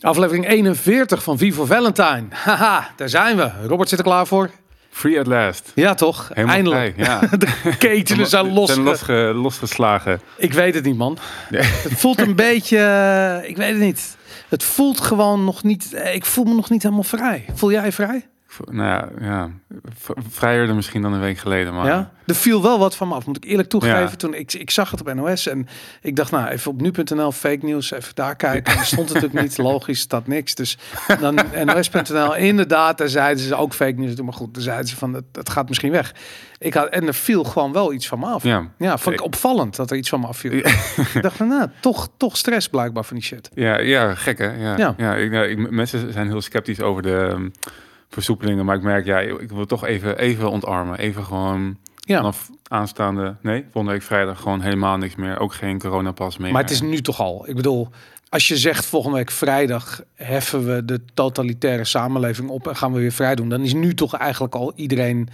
Aflevering 41 van Vivo Valentine. Haha, daar zijn we. Robert zit er klaar voor. Free at last. Ja, toch? Helemaal eindelijk. vrij, ja. De ketenen zijn losgeslagen. Ik weet het niet, man. Nee. Het voelt een beetje... ik weet het niet. Het voelt gewoon nog niet... Ik voel me nog niet helemaal vrij. Voel jij vrij? Nou ja, vrijer dan misschien dan een week geleden. Maar... Ja? Er viel wel wat van me af, moet ik eerlijk toegeven. Ja. Toen ik zag het op NOS en ik dacht, nou, even op nu.nl, fake nieuws, even daar kijken. En er stond het natuurlijk niet, logisch, staat niks. Dus dan NOS.nl, inderdaad, daar zeiden ze ook fake nieuws. Maar goed, daar zeiden ze van, het gaat misschien weg. En er viel gewoon wel iets van me af. Ja, vond ik opvallend dat er iets van me afviel. Ja. Ik dacht van, nou, toch stress blijkbaar van die shit. Ja, gek hè? Ja. Mensen zijn heel sceptisch over de... versoepelingen, maar ik merk, ik wil toch even ontarmen. Even gewoon vanaf volgende week vrijdag gewoon helemaal niks meer. Ook geen coronapas meer. Maar het is nu toch al. Ik bedoel, als je zegt volgende week vrijdag heffen we de totalitaire samenleving op en gaan we weer vrij doen, dan is nu toch eigenlijk al iedereen...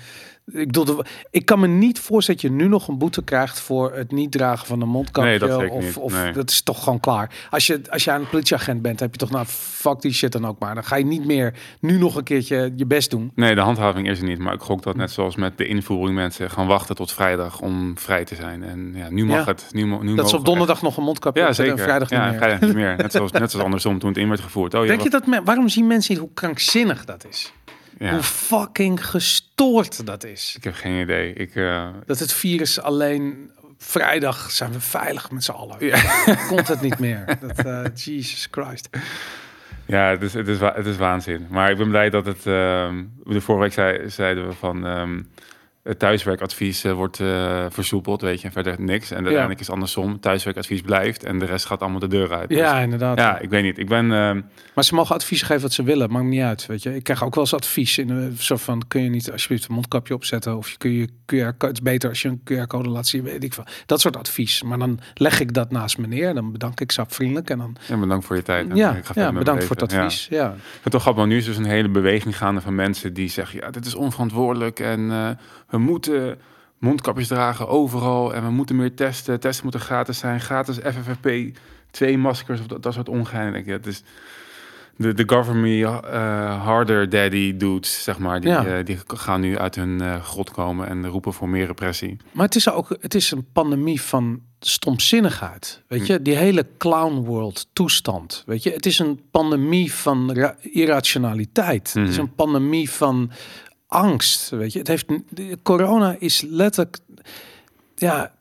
Ik kan me niet voorstellen dat je nu nog een boete krijgt voor het niet dragen van een mondkapje. Nee, dat zeker niet. Nee. Dat is toch gewoon klaar. Als je een politieagent bent, heb je toch nou fuck die shit dan ook maar. Dan ga je niet meer nu nog een keertje je best doen. Nee, de handhaving is er niet. Maar ik gok dat net zoals met de invoering mensen gaan wachten tot vrijdag om vrij te zijn. En ja, nu mag het. Nu dat ze op donderdag nog een mondkapje zeker. En vrijdag niet meer. Vrijdag niet meer. Net zoals andersom toen het in werd gevoerd. Denk je dat waarom zien mensen niet hoe krankzinnig dat is? Ja. Hoe fucking gestoord dat is. Ik heb geen idee. Dat het virus alleen... Vrijdag zijn we veilig met z'n allen. Ja. Komt het niet meer. Jesus Christ. Ja, het is waanzin. Maar ik ben blij dat het... de vorige week zeiden we van... het thuiswerkadvies wordt versoepeld, weet je, en verder niks. En uiteindelijk is het andersom. Thuiswerkadvies blijft en de rest gaat allemaal de deur uit. Ja, dus, inderdaad. Ja, ik weet niet. Ik ben... Maar ze mogen advies geven wat ze willen, maakt niet uit, weet je. Ik krijg ook wel eens advies in een soort van, kun je niet alsjeblieft een mondkapje opzetten of kun je QR-code, het is beter als je een QR-code laat zien, weet ik veel. Dat soort advies. Maar dan leg ik dat naast me neer, dan bedank ik ze vriendelijk en dan... Ja, bedankt voor je tijd. Bedankt voor het advies. Ja. Ik vind toch grappig, nu is dus een hele beweging gaande van mensen die zeggen, ja, dit is onverantwoordelijk en we moeten mondkapjes dragen overal en we moeten meer testen. Testen moeten gratis zijn. Gratis FFP2 maskers of dat soort ongein. Het is de government harder daddy dudes, zeg maar. Die gaan nu uit hun grot komen en roepen voor meer repressie. Maar het is een pandemie van stomzinnigheid. Weet je, die hele clown world toestand. Weet je, het is een pandemie van irrationaliteit. Het is een pandemie van angst, weet je. Corona is letterlijk, ja,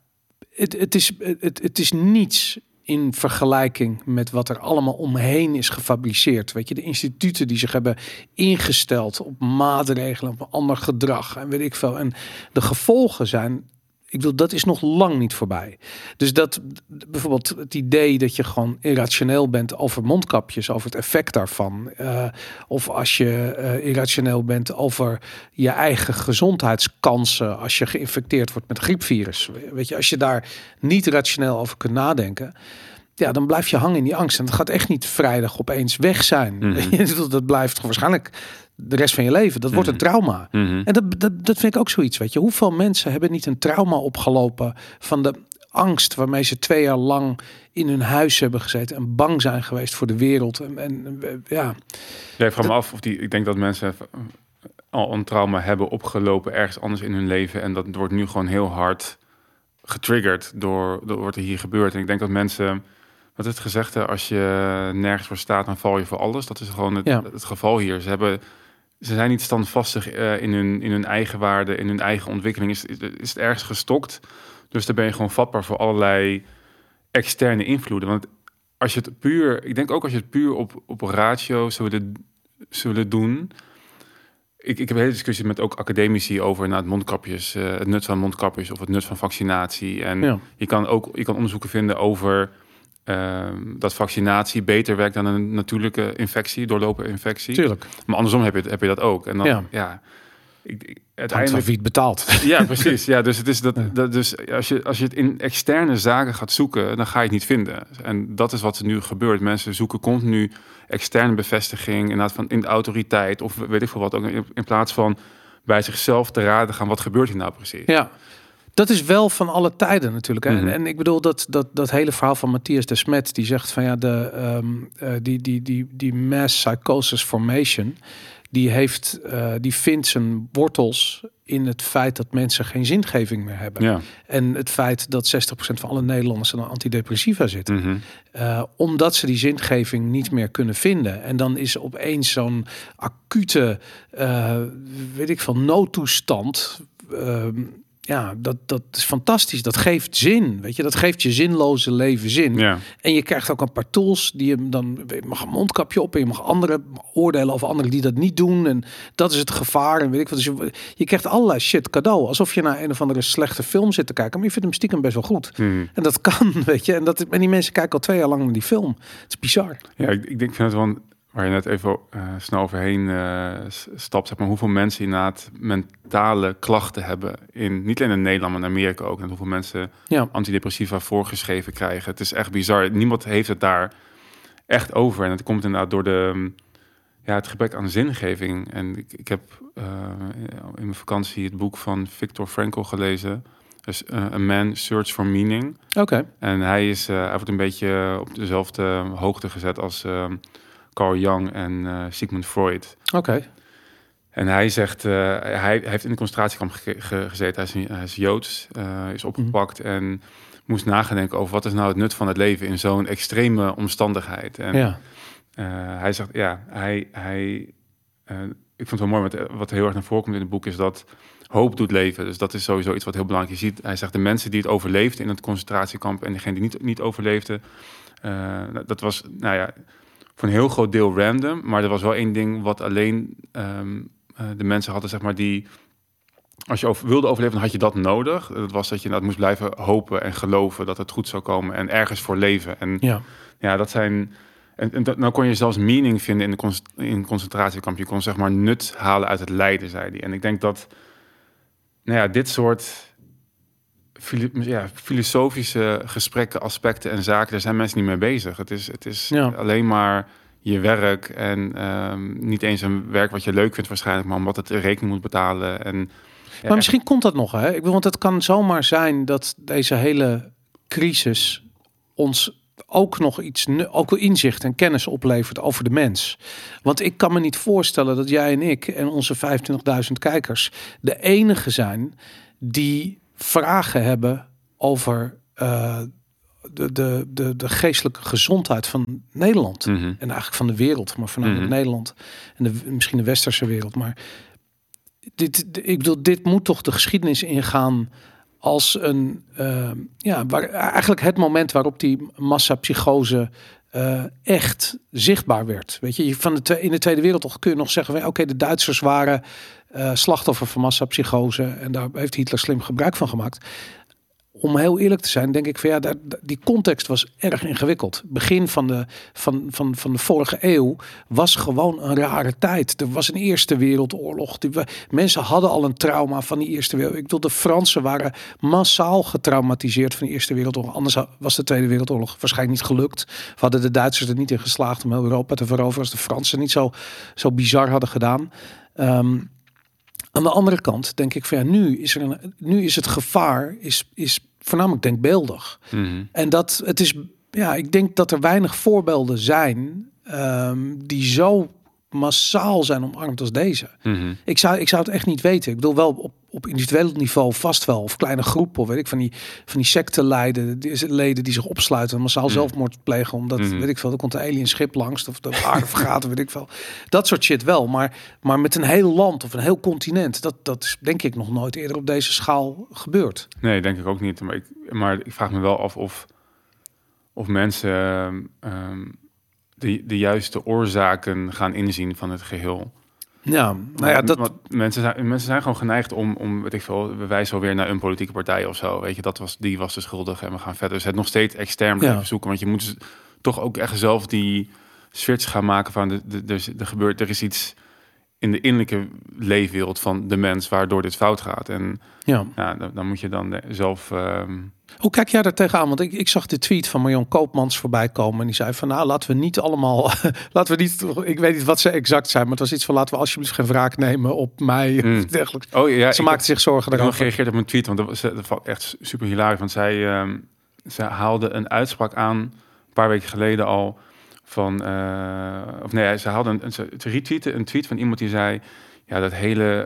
het is niets in vergelijking met wat er allemaal omheen is gefabriceerd. Weet je, de instituten die zich hebben ingesteld op maatregelen, op ander gedrag en weet ik veel. En de gevolgen zijn, ik bedoel, dat is nog lang niet voorbij. Dus dat bijvoorbeeld het idee dat je gewoon irrationeel bent over mondkapjes, over het effect daarvan. Of als je irrationeel bent over je eigen gezondheidskansen als je geïnfecteerd wordt met een griepvirus. Weet je, als je daar niet rationeel over kunt nadenken, ja, dan blijf je hangen in die angst. En dat gaat echt niet vrijdag opeens weg zijn. Dat blijft waarschijnlijk de rest van je leven. Dat wordt een trauma. En dat vind ik ook zoiets, weet je. Hoeveel mensen hebben niet een trauma opgelopen van de angst waarmee ze 2 jaar lang in hun huis hebben gezeten en bang zijn geweest voor de wereld. Ja, ik vraag me af of ik denk dat mensen al een trauma hebben opgelopen ergens anders in hun leven en dat wordt nu gewoon heel hard getriggerd door wat er hier gebeurt. En ik denk dat mensen, wat het gezegde, als je nergens voor staat, dan val je voor alles. Dat is gewoon het geval hier. Ze zijn niet standvastig in hun eigen waarde, in hun eigen ontwikkeling. Is het ergens gestokt. Dus dan ben je gewoon vatbaar voor allerlei externe invloeden. Want als je het puur, ik denk ook als je het puur op ratio zullen doen. Ik heb een hele discussie met ook academici over het mondkapjes, het nut van mondkapjes of het nut van vaccinatie. En je kan onderzoeken vinden over dat vaccinatie beter werkt dan een natuurlijke infectie, doorlopen infectie. Tuurlijk. Maar andersom heb je dat ook. En dan, uiteindelijk wie het betaalt. Ja, precies. Ja, dus het is dus als je het in externe zaken gaat zoeken, dan ga je het niet vinden. En dat is wat er nu gebeurt. Mensen zoeken continu externe bevestiging, inderdaad van in de autoriteit of weet ik veel wat, ook in plaats van bij zichzelf te raden gaan, wat gebeurt hier nou precies? Ja. Dat is wel van alle tijden natuurlijk. Hè? En ik bedoel dat hele verhaal van Matthias de Smet, die zegt van ja, die mass psychosis formation, die vindt zijn wortels in het feit dat mensen geen zingeving meer hebben. Ja. En het feit dat 60% van alle Nederlanders aan antidepressiva zitten. Omdat ze die zingeving niet meer kunnen vinden. En dan is opeens zo'n acute, weet ik veel, noodtoestand. Ja, dat is fantastisch. Dat geeft zin, weet je. Dat geeft je zinloze leven zin. Ja. En je krijgt ook een paar tools die je dan... Je mag een mondkapje op en je mag anderen oordelen over anderen die dat niet doen. En dat is het gevaar. En weet ik wat. Dus je krijgt allerlei shit cadeau. Alsof je naar een of andere slechte film zit te kijken. Maar je vindt hem stiekem best wel goed. En dat kan, weet je. En die mensen kijken al 2 jaar lang naar die film. Het is bizar. Ja, ik vind het wel... Waar je net even snel overheen stapt, zeg maar, hoeveel mensen inderdaad mentale klachten hebben. Niet alleen in Nederland, maar in Amerika ook. En hoeveel mensen antidepressiva voorgeschreven krijgen. Het is echt bizar. Niemand heeft het daar echt over. En het komt inderdaad door het gebrek aan zingeving. En ik heb in mijn vakantie het boek van Viktor Frankl gelezen. Dus A Man Search for Meaning. Oké. En hij wordt een beetje op dezelfde hoogte gezet als... Carl Jung en Sigmund Freud. Oké. En hij zegt, hij heeft in de concentratiekamp gezeten. Hij is Joods, is opgepakt en moest nadenken over wat is nou het nut van het leven in zo'n extreme omstandigheid. En hij zegt, ik vond het wel mooi, wat heel erg naar voren komt in het boek is dat hoop doet leven. Dus dat is sowieso iets wat heel belangrijk is. Je ziet, hij zegt, de mensen die het overleefden in het concentratiekamp en degene die niet overleefden, dat was, voor een heel groot deel random, maar er was wel één ding wat alleen de mensen hadden, zeg maar, die... Als je wilde overleven, dan had je dat nodig. Dat was dat je moest blijven hopen en geloven dat het goed zou komen en ergens voor leven. En dat zijn... En nou kon je zelfs meaning vinden in een concentratiekamp. Je kon, zeg maar, nut halen uit het lijden, zei hij. En ik denk dat dit soort filosofische gesprekken, aspecten en zaken, daar zijn mensen niet mee bezig. Het is alleen maar je werk en niet eens een werk wat je leuk vindt waarschijnlijk, maar omdat het rekening moet betalen. En, maar misschien komt dat nog, hè? Ik bedoel, want het kan zomaar zijn dat deze hele crisis ons ook nog ook inzicht en kennis oplevert over de mens. Want ik kan me niet voorstellen dat jij en ik en onze 25.000 kijkers de enige zijn die vragen hebben over de geestelijke gezondheid van Nederland. En eigenlijk van de wereld, maar voornamelijk Nederland. En misschien de westerse wereld. Maar ik bedoel, dit moet toch de geschiedenis ingaan als een... eigenlijk het moment waarop die massapsychose echt zichtbaar werd. Weet je, in de Tweede Wereldoorlog kun je nog zeggen, oké, de Duitsers waren slachtoffer van massapsychose en daar heeft Hitler slim gebruik van gemaakt. Om heel eerlijk te zijn, denk ik van die context was erg ingewikkeld. Begin van de vorige eeuw was gewoon een rare tijd. Er was een Eerste Wereldoorlog. Mensen hadden al een trauma van die Eerste Wereldoorlog. Ik bedoel, de Fransen waren massaal getraumatiseerd van de Eerste Wereldoorlog. Anders was de Tweede Wereldoorlog waarschijnlijk niet gelukt. We hadden de Duitsers er niet in geslaagd om heel Europa te veroveren als de Fransen niet zo bizar hadden gedaan. Aan de andere kant denk ik van nu is het gevaar is voornamelijk denkbeeldig. En dat het is, ik denk dat er weinig voorbeelden zijn die zo massaal zijn omarmd als deze. Ik zou het echt niet weten. Ik bedoel wel op individueel niveau vast wel, of kleine groepen, of weet ik, van die secteleden die zich opsluiten en massaal zelfmoord plegen, omdat, weet ik veel, er komt een alien schip langs, of de aarde vergaat, weet ik veel. Dat soort shit wel, maar met een heel land of een heel continent, dat is denk ik nog nooit eerder op deze schaal gebeurd. Nee, denk ik ook niet. Maar ik vraag me wel af of mensen de juiste oorzaken gaan inzien van het geheel. Ja, mensen zijn gewoon geneigd om weet ik veel, we wijzen alweer naar een politieke partij of zo. Weet je, die was de schuldige en we gaan verder. Dus het nog steeds extern blijven zoeken, want je moet dus toch ook echt zelf die switch gaan maken van er is iets in de innerlijke leefwereld van de mens waardoor dit fout gaat. En Ja. Dan moet je dan zelf... Hoe kijk jij daar tegenaan? Want ik zag de tweet van Marion Koopmans voorbij komen. En die zei van nou, laten we niet allemaal... laten we niet... Ik weet niet wat ze exact zijn. Maar het was iets van laten we alsjeblieft geen wraak nemen op mij. Of dergelijks. Oh, ja, ze maakte zich zorgen daarover. Ik heb nog daarover. gereageerd op een tweet. Want dat valt echt super hilarisch. Want zij haalde een uitspraak aan... een paar weken geleden al... ze haalde ze retweette een tweet van iemand die zei... Ja, dat hele...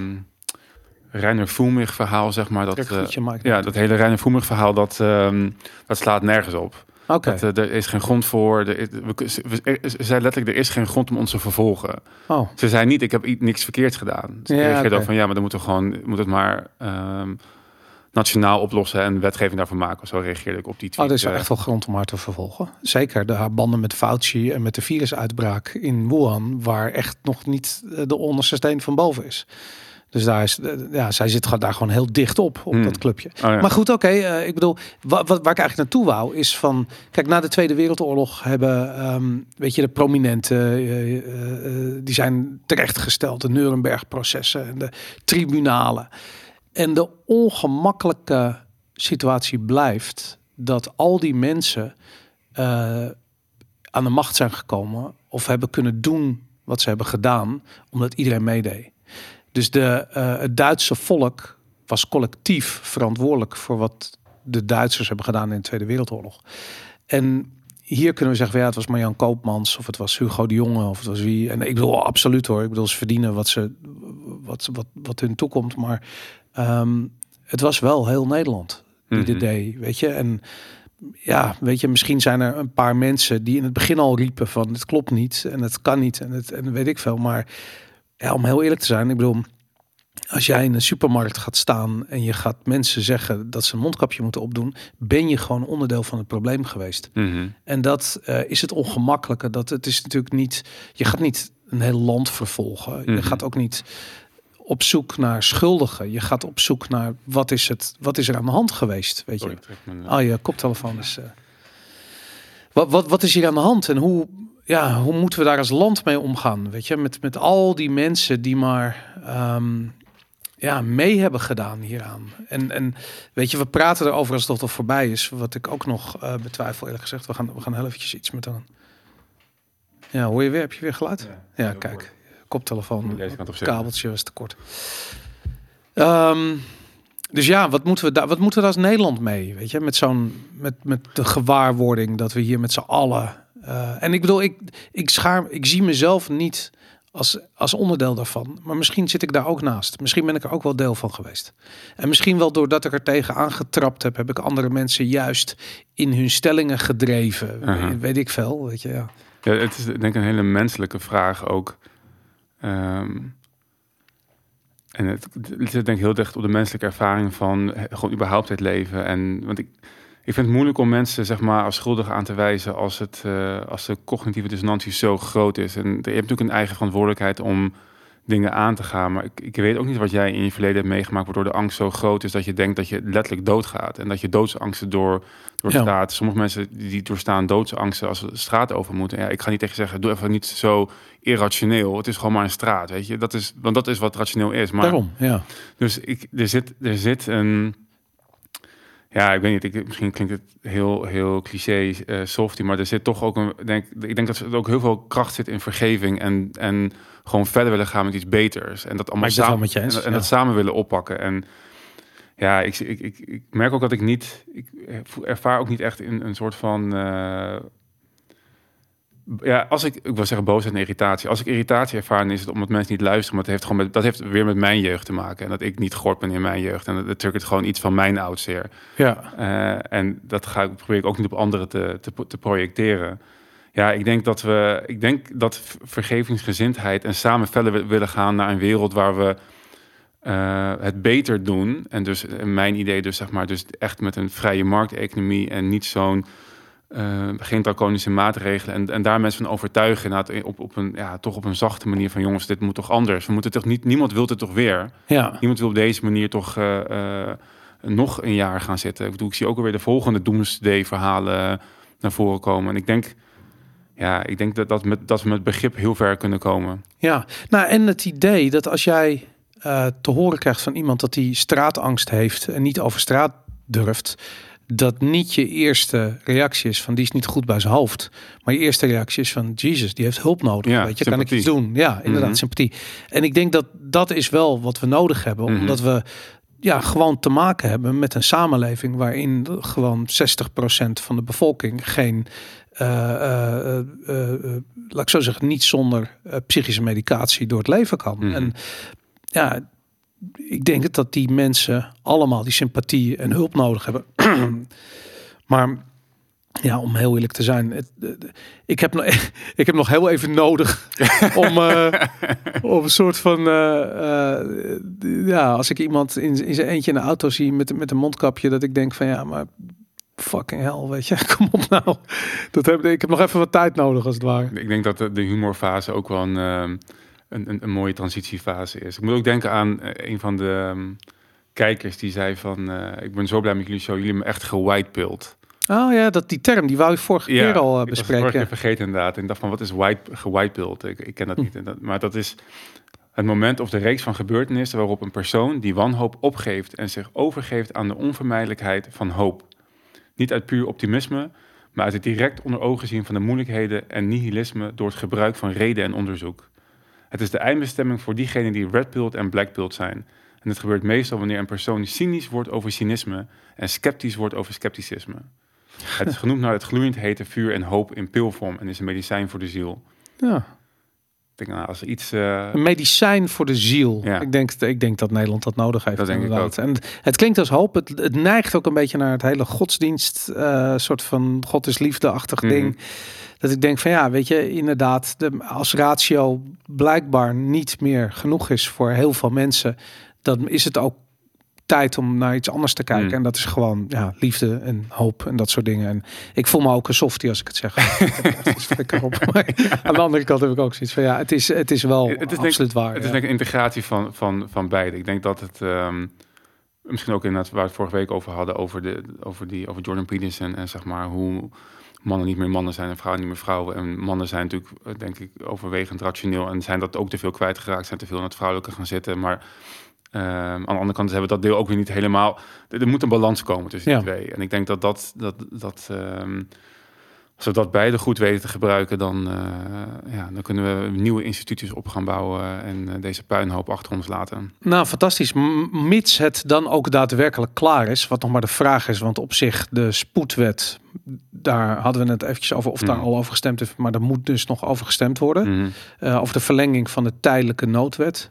Reiner Fuellmich verhaal, zeg maar. Dat hele Reiner Fuellmich verhaal, dat slaat nergens op. Okay. Er is geen grond voor. Ze zei letterlijk, er is geen grond om ons te vervolgen. Oh. Ze zei niet, ik heb niks verkeerds gedaan. Ze reageerde ook van, ja, maar dan moet het maar nationaal oplossen en wetgeving daarvoor maken. Zo reageerde ik op die tweet. Er is wel echt wel grond om haar te vervolgen. Zeker haar banden met Fauci en met de virusuitbraak in Wuhan, waar echt nog niet de onderste steen van boven is. Dus zij zit daar gewoon heel dicht op dat clubje. Oh, ja. Maar goed, oké. Ik bedoel, waar ik eigenlijk naartoe wou is van... Kijk, na de Tweede Wereldoorlog hebben, de prominenten... die zijn terechtgesteld. De Nuremberg-processen en de tribunalen. En de ongemakkelijke situatie blijft... dat al die mensen aan de macht zijn gekomen... of hebben kunnen doen wat ze hebben gedaan... omdat iedereen meedeed. Dus het Duitse volk was collectief verantwoordelijk voor wat de Duitsers hebben gedaan in de Tweede Wereldoorlog. En hier kunnen we zeggen, het was Marian Koopmans of het was Hugo de Jonge of het was wie. En ik bedoel, absoluut hoor. Ik bedoel, ze verdienen wat hun toekomt. Maar het was wel heel Nederland die dit deed, weet je. En ja, weet je, misschien zijn er een paar mensen die in het begin al riepen van het klopt niet en het kan niet en weet ik veel. Maar ja, om heel eerlijk te zijn, ik bedoel, als jij in een supermarkt gaat staan en je gaat mensen zeggen dat ze een mondkapje moeten opdoen, ben je gewoon onderdeel van het probleem geweest. En dat is het ongemakkelijke. Dat het is natuurlijk niet, je gaat niet een heel land vervolgen. Je gaat ook niet op zoek naar schuldigen. Je gaat op zoek naar wat is er aan de hand geweest, weet je. Je koptelefoon is. Wat is hier aan de hand en hoe moeten we daar als land mee omgaan? Weet je, met al die mensen die maar mee hebben gedaan hieraan. En weet je, we praten erover als het al voorbij is. Wat ik ook nog betwijfel, eerlijk gezegd. We gaan heel eventjes iets met een... Ja, hoor je weer? Heb je weer geluid? Ja, kijk. Koptelefoon, kabeltje was te kort. Dus ja, wat moeten we daar als Nederland mee? Weet je, met de gewaarwording dat we hier met z'n allen... en ik bedoel, ik zie mezelf niet als onderdeel daarvan. Maar misschien zit ik daar ook naast. Misschien ben ik er ook wel deel van geweest. En misschien wel doordat ik er tegen aangetrapt heb ik andere mensen juist in hun stellingen gedreven. Weet ik veel, weet je, ja. Ja, het is denk ik een hele menselijke vraag ook. En het zit denk ik heel dicht op de menselijke ervaring van gewoon überhaupt het leven. Want ik vind het moeilijk om mensen zeg maar als schuldig aan te wijzen als de cognitieve dissonantie zo groot is. En je hebt natuurlijk een eigen verantwoordelijkheid om dingen aan te gaan. Maar ik weet ook niet wat jij in je verleden hebt meegemaakt, waardoor de angst zo groot is dat je denkt dat je letterlijk doodgaat. En dat je doodsangsten doorstaat. Sommige mensen die doorstaan doodsangsten als ze de straat over moeten. Ja, ik ga niet tegen zeggen, doe even niet zo irrationeel. Het is gewoon maar een straat, weet je. Want dat is wat rationeel is. Maar, daarom, ja. Dus er zit een... Ja, ik weet niet. Misschien klinkt het heel cliché, softie, maar er zit toch ook ik denk dat er ook heel veel kracht zit in vergeving en gewoon verder willen gaan met iets beters en dat allemaal samen dat samen willen oppakken. En ja, ik merk ook dat ik ervaar ook niet echt in een soort van als ik wil zeggen boosheid en irritatie. Als ik irritatie ervaar, dan is het omdat mensen niet luisteren. Maar dat heeft weer met mijn jeugd te maken. En dat ik niet gehoord ben in mijn jeugd. En dat triggert gewoon iets van mijn oudseer. Ja. En dat probeer ik ook niet op anderen te projecteren. Ja, ik denk dat vergevingsgezindheid en samen verder willen gaan naar een wereld waar we het beter doen. En dus mijn idee dus zeg maar dus echt met een vrije markteconomie en niet zo'n geen draconische maatregelen en daar mensen van overtuigen toch op een zachte manier van jongens, dit moet toch anders. We moeten toch niet, niemand wil het toch weer. Ja. Niemand wil op deze manier toch nog een jaar gaan zitten. Ik zie ook alweer de volgende doomsday verhalen naar voren komen. En ik denk, ja, ik denk dat we met begrip heel ver kunnen komen. Ja, nou en het idee dat als jij te horen krijgt van iemand dat hij straatangst heeft en niet over straat durft, dat niet je eerste reactie is van die is niet goed bij zijn hoofd, maar je eerste reactie is van Jesus, die heeft hulp nodig. Ja, weet je, kan ik iets doen? Ja, inderdaad, sympathie. En ik denk dat dat is wel wat we nodig hebben, omdat we gewoon te maken hebben met een samenleving waarin gewoon 60% van de bevolking geen laat ik zo zeggen, niet zonder psychische medicatie door het leven kan. En ja, ik denk dat die mensen allemaal die sympathie en hulp nodig hebben. Maar ja, om heel eerlijk te zijn, ik heb nog heel even nodig om een soort van als ik iemand in zijn eentje in de auto zie met een mondkapje, dat ik denk van ja, maar fucking hell, weet je, kom op nou. Ik heb nog even wat tijd nodig als het ware. Ik denk dat de humorfase ook wel een mooie transitiefase is. Ik moet ook denken aan een van de kijkers die zei van ik ben zo blij met jullie show, jullie hebben me echt gewhitepilled. Oh ja, die term, die wou je vorige keer al bespreken. Ik was vorige keer vergeten inderdaad. En ik dacht van, wat is gewhitepilled? Ik ken dat niet. Maar dat is het moment of de reeks van gebeurtenissen waarop een persoon die wanhoop opgeeft en zich overgeeft aan de onvermijdelijkheid van hoop. Niet uit puur optimisme, maar uit het direct onder ogen zien van de moeilijkheden en nihilisme door het gebruik van reden en onderzoek. Het is de eindbestemming voor diegenen die redpilled en blackpilled zijn. En het gebeurt meestal wanneer een persoon cynisch wordt over cynisme en sceptisch wordt over scepticisme. Het is genoemd naar het gloeiend hete vuur en hoop in pilvorm en is een medicijn voor de ziel. Ja. Ik denk, als er iets... Een medicijn voor de ziel. Ja. Ik denk dat Nederland dat nodig heeft. Dat denk ik ook. En het klinkt als hoop. Het neigt ook een beetje naar het hele godsdienst, soort van God is liefde-achtig ding. Dat ik denk van ja, weet je, inderdaad, als ratio blijkbaar niet meer genoeg is voor heel veel mensen, dan is het ook tijd om naar iets anders te kijken. En dat is gewoon liefde en hoop en dat soort dingen. En ik voel me ook een softie als ik het zeg. Maar aan de andere kant heb ik ook zoiets van het is wel absoluut waar. Het is denk ik een integratie van beide. Ik denk dat het misschien ook inderdaad waar we het vorige week over hadden, over Jordan Peterson en zeg maar hoe mannen niet meer mannen zijn en vrouwen niet meer vrouwen. En mannen zijn natuurlijk, denk ik, overwegend rationeel en zijn dat ook te veel kwijtgeraakt, zijn te veel naar het vrouwelijke gaan zitten. Maar aan de andere kant hebben we dat deel ook weer niet helemaal. Er moet een balans komen tussen die twee. En ik denk dat als we dat beide goed weten te gebruiken, dan kunnen we nieuwe instituties op gaan bouwen en deze puinhoop achter ons laten. Nou, fantastisch. Mits het dan ook daadwerkelijk klaar is, wat nog maar de vraag is, want op zich de spoedwet, daar hadden we het eventjes over of daar al over gestemd is, maar er moet dus nog over gestemd worden. Over de verlenging van de tijdelijke noodwet.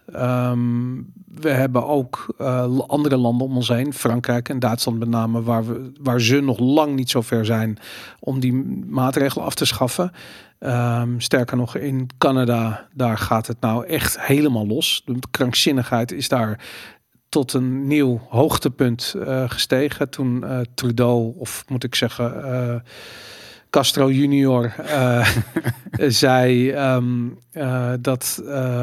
We hebben ook andere landen om ons heen, Frankrijk en Duitsland met name, waar ze nog lang niet zo ver zijn om die maatregelen af te schaffen. Sterker nog, in Canada, daar gaat het nou echt helemaal los. De krankzinnigheid is daar tot een nieuw hoogtepunt gestegen toen Trudeau, of moet ik zeggen Castro junior, zei dat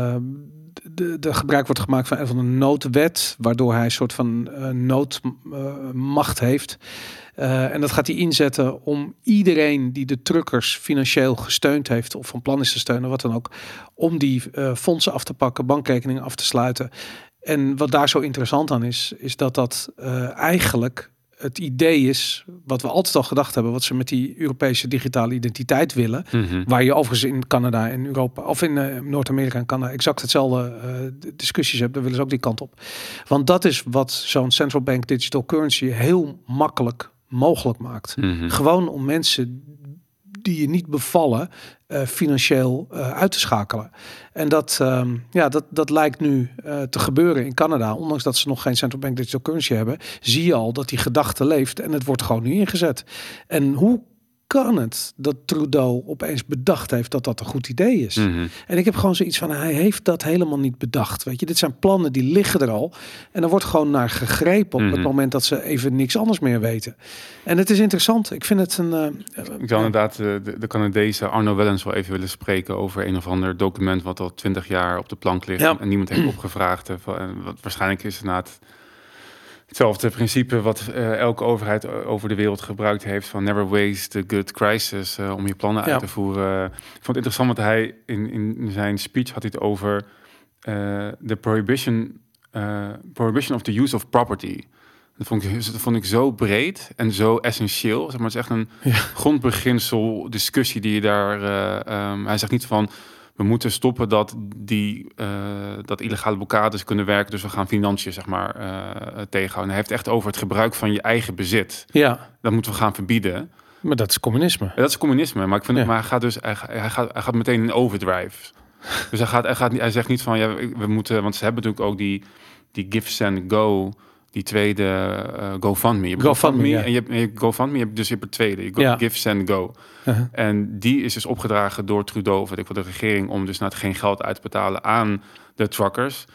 de gebruik wordt gemaakt van een van de noodwet, waardoor hij een soort van noodmacht heeft. En dat gaat hij inzetten om iedereen die de truckers financieel gesteund heeft of van plan is te steunen, wat dan ook, om die fondsen af te pakken, bankrekeningen af te sluiten. En wat daar zo interessant aan is dat eigenlijk het idee is, wat we altijd al gedacht hebben, wat ze met die Europese digitale identiteit willen, waar je overigens in Canada en Europa, of in Noord-Amerika en Canada exact hetzelfde discussies hebt, daar willen ze ook die kant op. Want dat is wat zo'n central bank digital currency heel makkelijk mogelijk maakt. Gewoon om mensen die je niet bevallen financieel uit te schakelen. En dat lijkt nu te gebeuren in Canada. Ondanks dat ze nog geen central bank digital currency hebben, zie je al dat die gedachte leeft en het wordt gewoon nu ingezet. En hoe kan het dat Trudeau opeens bedacht heeft dat dat een goed idee is? En ik heb gewoon zoiets van, hij heeft dat helemaal niet bedacht. Weet je, dit zijn plannen die liggen er al. En er wordt gewoon naar gegrepen op het moment dat ze even niks anders meer weten. En het is interessant. Ik vind het een... ik zou inderdaad de Canadese Arno Wellens wel even willen spreken over een of ander document wat al 20 jaar op de plank ligt en niemand heeft opgevraagd. En wat waarschijnlijk is inderdaad hetzelfde principe wat elke overheid over de wereld gebruikt heeft van never waste the good crisis om je plannen uit te voeren. Ik vond het interessant, want hij in zijn speech had hij het over de prohibition of the use of property. Dat vond ik zo breed en zo essentieel. Zeg maar, het is echt een grondbeginsel discussie die je daar... hij zegt niet van, we moeten stoppen dat illegale blokkades kunnen werken. Dus we gaan financiën, zeg maar, tegenhouden. Hij heeft echt over het gebruik van je eigen bezit. Ja. Dat moeten we gaan verbieden. Maar dat is communisme. Ja, dat is communisme. Maar ik vind maar hij gaat meteen in overdrive. Dus hij zegt niet van, we moeten... Want ze hebben natuurlijk ook die Give, Send, Go... Die tweede GoFundMe. Je hebt GoFundMe en je hebt GoFundMe. Je hebt er tweede. Give, Send, Go. En die is dus opgedragen door Trudeau, weet ik wel, de regering, om dus geen geld uit te betalen aan de truckers.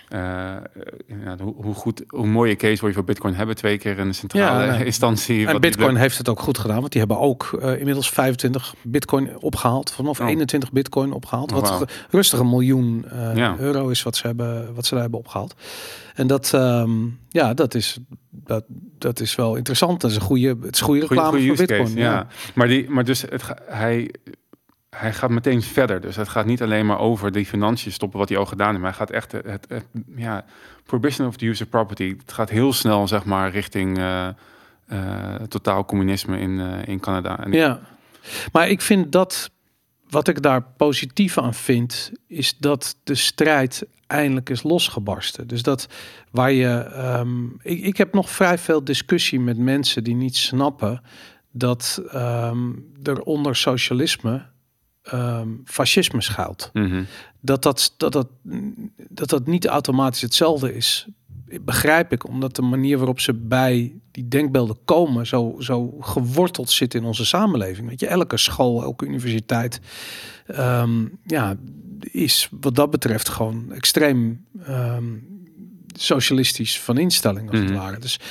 Hoe mooie case wil je voor Bitcoin hebben? 2 keer een centrale instantie. En Bitcoin heeft het ook goed gedaan, want die hebben ook inmiddels 25 Bitcoin opgehaald, vanaf 21 Bitcoin opgehaald. Wat rustig $1 miljoen euro is wat ze daar hebben opgehaald. En dat is wel interessant. Dat is goede reclame voor Bitcoin. Case, ja. Maar dus hij gaat meteen verder. Dus het gaat niet alleen maar over die financiën stoppen wat hij al gedaan heeft. Maar hij gaat echt prohibition of the use of property. Het gaat heel snel, zeg maar, richting totaal communisme in Canada. Maar ik vind dat, wat ik daar positief aan vind, is dat de strijd eindelijk is losgebarsten. Dus dat waar je... ik heb nog vrij veel discussie met mensen die niet snappen dat er onder socialisme fascisme schuilt. Mm-hmm. Dat niet automatisch hetzelfde is, begrijp ik, omdat de manier waarop ze bij die denkbeelden komen zo geworteld zit in onze samenleving. Weet je, elke school, elke universiteit is wat dat betreft gewoon extreem socialistisch van instelling, als het ware. Dus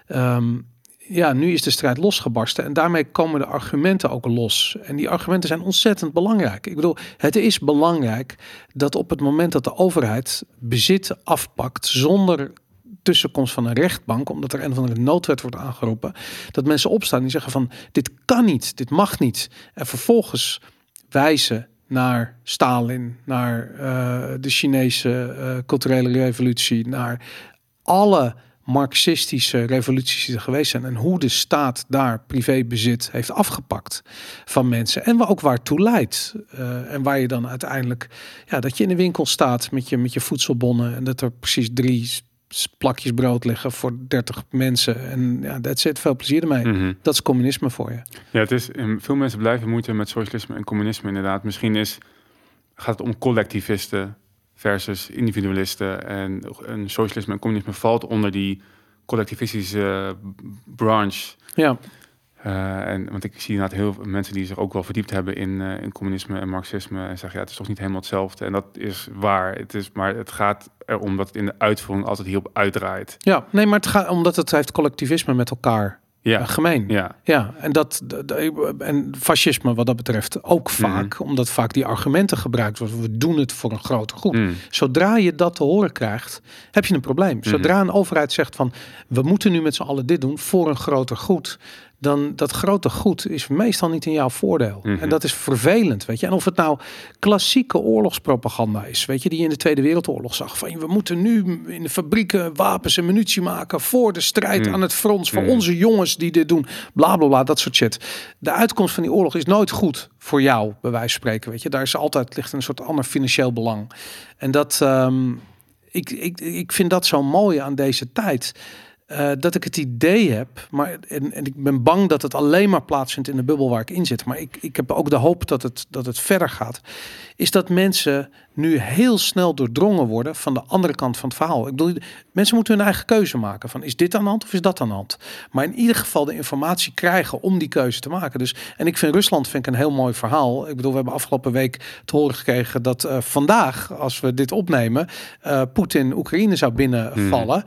nu is de strijd losgebarsten en daarmee komen de argumenten ook los. En die argumenten zijn ontzettend belangrijk. Ik bedoel, het is belangrijk dat op het moment dat de overheid bezit afpakt zonder tussenkomst van een rechtbank, omdat er een of andere noodwet wordt aangeroepen, dat mensen opstaan die zeggen van, dit kan niet, dit mag niet. En vervolgens wijzen naar Stalin, naar de Chinese culturele revolutie, naar alle marxistische revoluties die er geweest zijn en hoe de staat daar privébezit heeft afgepakt van mensen en ook waartoe leidt. En waar je dan uiteindelijk, dat je in de winkel staat met je voedselbonnen en dat er precies 3 plakjes brood liggen voor 30 mensen en that's it, veel plezier ermee. Mm-hmm. Dat is communisme voor je. Ja, het is, veel mensen blijven moeite met socialisme en communisme inderdaad. Misschien gaat het om collectivisten versus individualisten. En socialisme en communisme valt onder die collectivistische branche. Ja. Want ik zie inderdaad heel veel mensen die zich ook wel verdiept hebben in communisme en marxisme. En zeggen, het is toch niet helemaal hetzelfde. En dat is waar. Maar het gaat erom dat het in de uitvoering altijd hierop uitdraait. Ja, nee, maar het gaat omdat het heeft collectivisme met elkaar gemeen. Ja, en fascisme wat dat betreft ook vaak, omdat vaak die argumenten gebruikt worden. We doen het voor een groter goed. Zodra je dat te horen krijgt, heb je een probleem. Zodra een overheid zegt van, we moeten nu met z'n allen dit doen voor een groter goed, dan dat grote goed is meestal niet in jouw voordeel. En dat is vervelend, weet je. En of het nou klassieke oorlogspropaganda is, weet je, die je in de Tweede Wereldoorlog zag. Van, we moeten nu in de fabrieken wapens en munitie maken voor de strijd aan het front, voor onze jongens die dit doen. Bla, bla, bla, dat soort shit. De uitkomst van die oorlog is nooit goed voor jou, bij wijze van spreken, weet je. Daar is altijd, ligt een soort ander financieel belang. En dat, ik vind dat zo mooi aan deze tijd. Dat ik het idee heb, en ik ben bang dat het alleen maar plaatsvindt in de bubbel waar ik in zit, maar ik heb ook de hoop dat het verder gaat, is dat mensen nu heel snel doordrongen worden van de andere kant van het verhaal. Ik bedoel, mensen moeten hun eigen keuze maken van, is dit aan de hand of is dat aan de hand? Maar in ieder geval de informatie krijgen om die keuze te maken. Dus, en ik vind Rusland een heel mooi verhaal. Ik bedoel, we hebben afgelopen week te horen gekregen dat vandaag, als we dit opnemen, Poetin Oekraïne zou binnenvallen.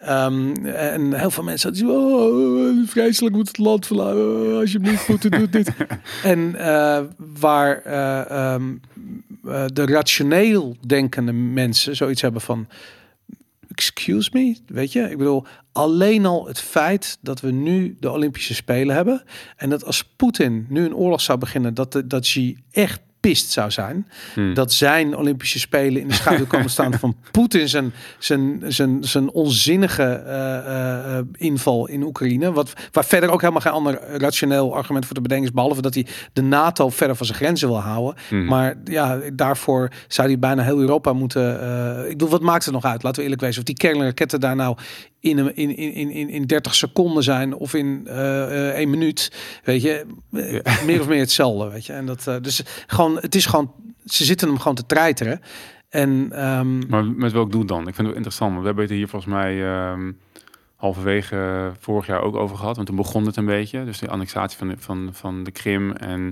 En heel veel mensen zeggen, vreselijk, moet het land verlaten. Alsjeblieft, Poetin doet dit. En waar de rationeel denkende mensen zoiets hebben van, excuse me, weet je? Ik bedoel, alleen al het feit dat we nu de Olympische Spelen hebben en dat als Poetin nu een oorlog zou beginnen, dat Xi echt pist zou zijn. Dat zijn Olympische Spelen in de schaduw komen staan van Poetin zijn onzinnige inval in Oekraïne. Waar verder ook helemaal geen ander rationeel argument voor te bedenken is, behalve dat hij de NATO verder van zijn grenzen wil houden. Maar ja, daarvoor zou hij bijna heel Europa moeten... ik bedoel, wat maakt het nog uit? Laten we eerlijk wezen. Of die kernraketten daar nou in 30 seconden zijn of in 1 minuut, weet je, meer of meer hetzelfde, weet je. En dat dus gewoon, het is gewoon, ze zitten hem gewoon te treiteren. En maar met welk doel dan? Ik vind het interessant, want we hebben het hier volgens mij halverwege vorig jaar ook over gehad, want toen begon het een beetje, dus de annexatie van de Krim en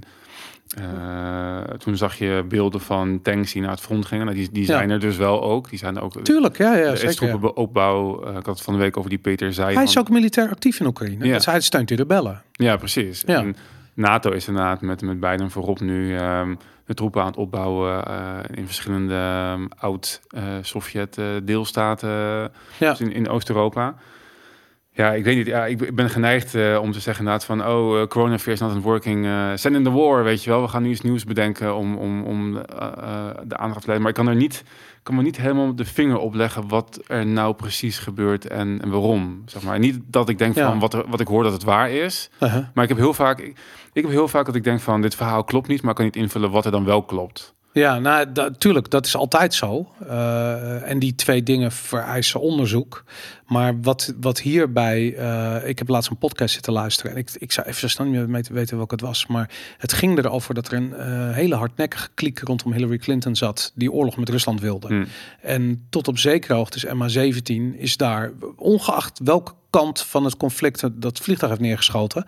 toen zag je beelden van tanks die naar het front gingen. Nou, die zijn er dus wel ook. Die zijn ook. Tuurlijk, ja, de zeker. Opbouw. Ik had het van de week over die Peter Zei. Hij is ook militair actief in Oekraïne. Ja. Dus hij steunt die rebellen. Ja, precies. Ja. En NATO is inderdaad met Biden voorop nu de troepen aan het opbouwen in verschillende oud-Sovjet deelstaten dus in Oost-Europa. Ja, ik weet niet. Ja, ik ben geneigd om te zeggen inderdaad van coronavirus not working. Send in the war, weet je wel. We gaan nu iets nieuws bedenken om de aandacht te leiden. Maar ik kan me niet helemaal de vinger opleggen wat er nou precies gebeurt en waarom. Zeg maar. Niet dat ik denk van wat ik hoor dat het waar is. Maar ik heb heel vaak dat ik denk van dit verhaal klopt niet, maar ik kan niet invullen wat er dan wel klopt. Ja, nou, tuurlijk, dat is altijd zo. En die 2 dingen vereisen onderzoek. Maar wat hierbij... ik heb laatst een podcast zitten luisteren. En ik zou even zo snel niet meer weten welke het was. Maar het ging erover dat er een hele hardnekkige kliek rondom Hillary Clinton zat, die oorlog met Rusland wilde. En tot op zekere hoogte is MH17 is daar, ongeacht welke kant van het conflict dat vliegtuig heeft neergeschoten.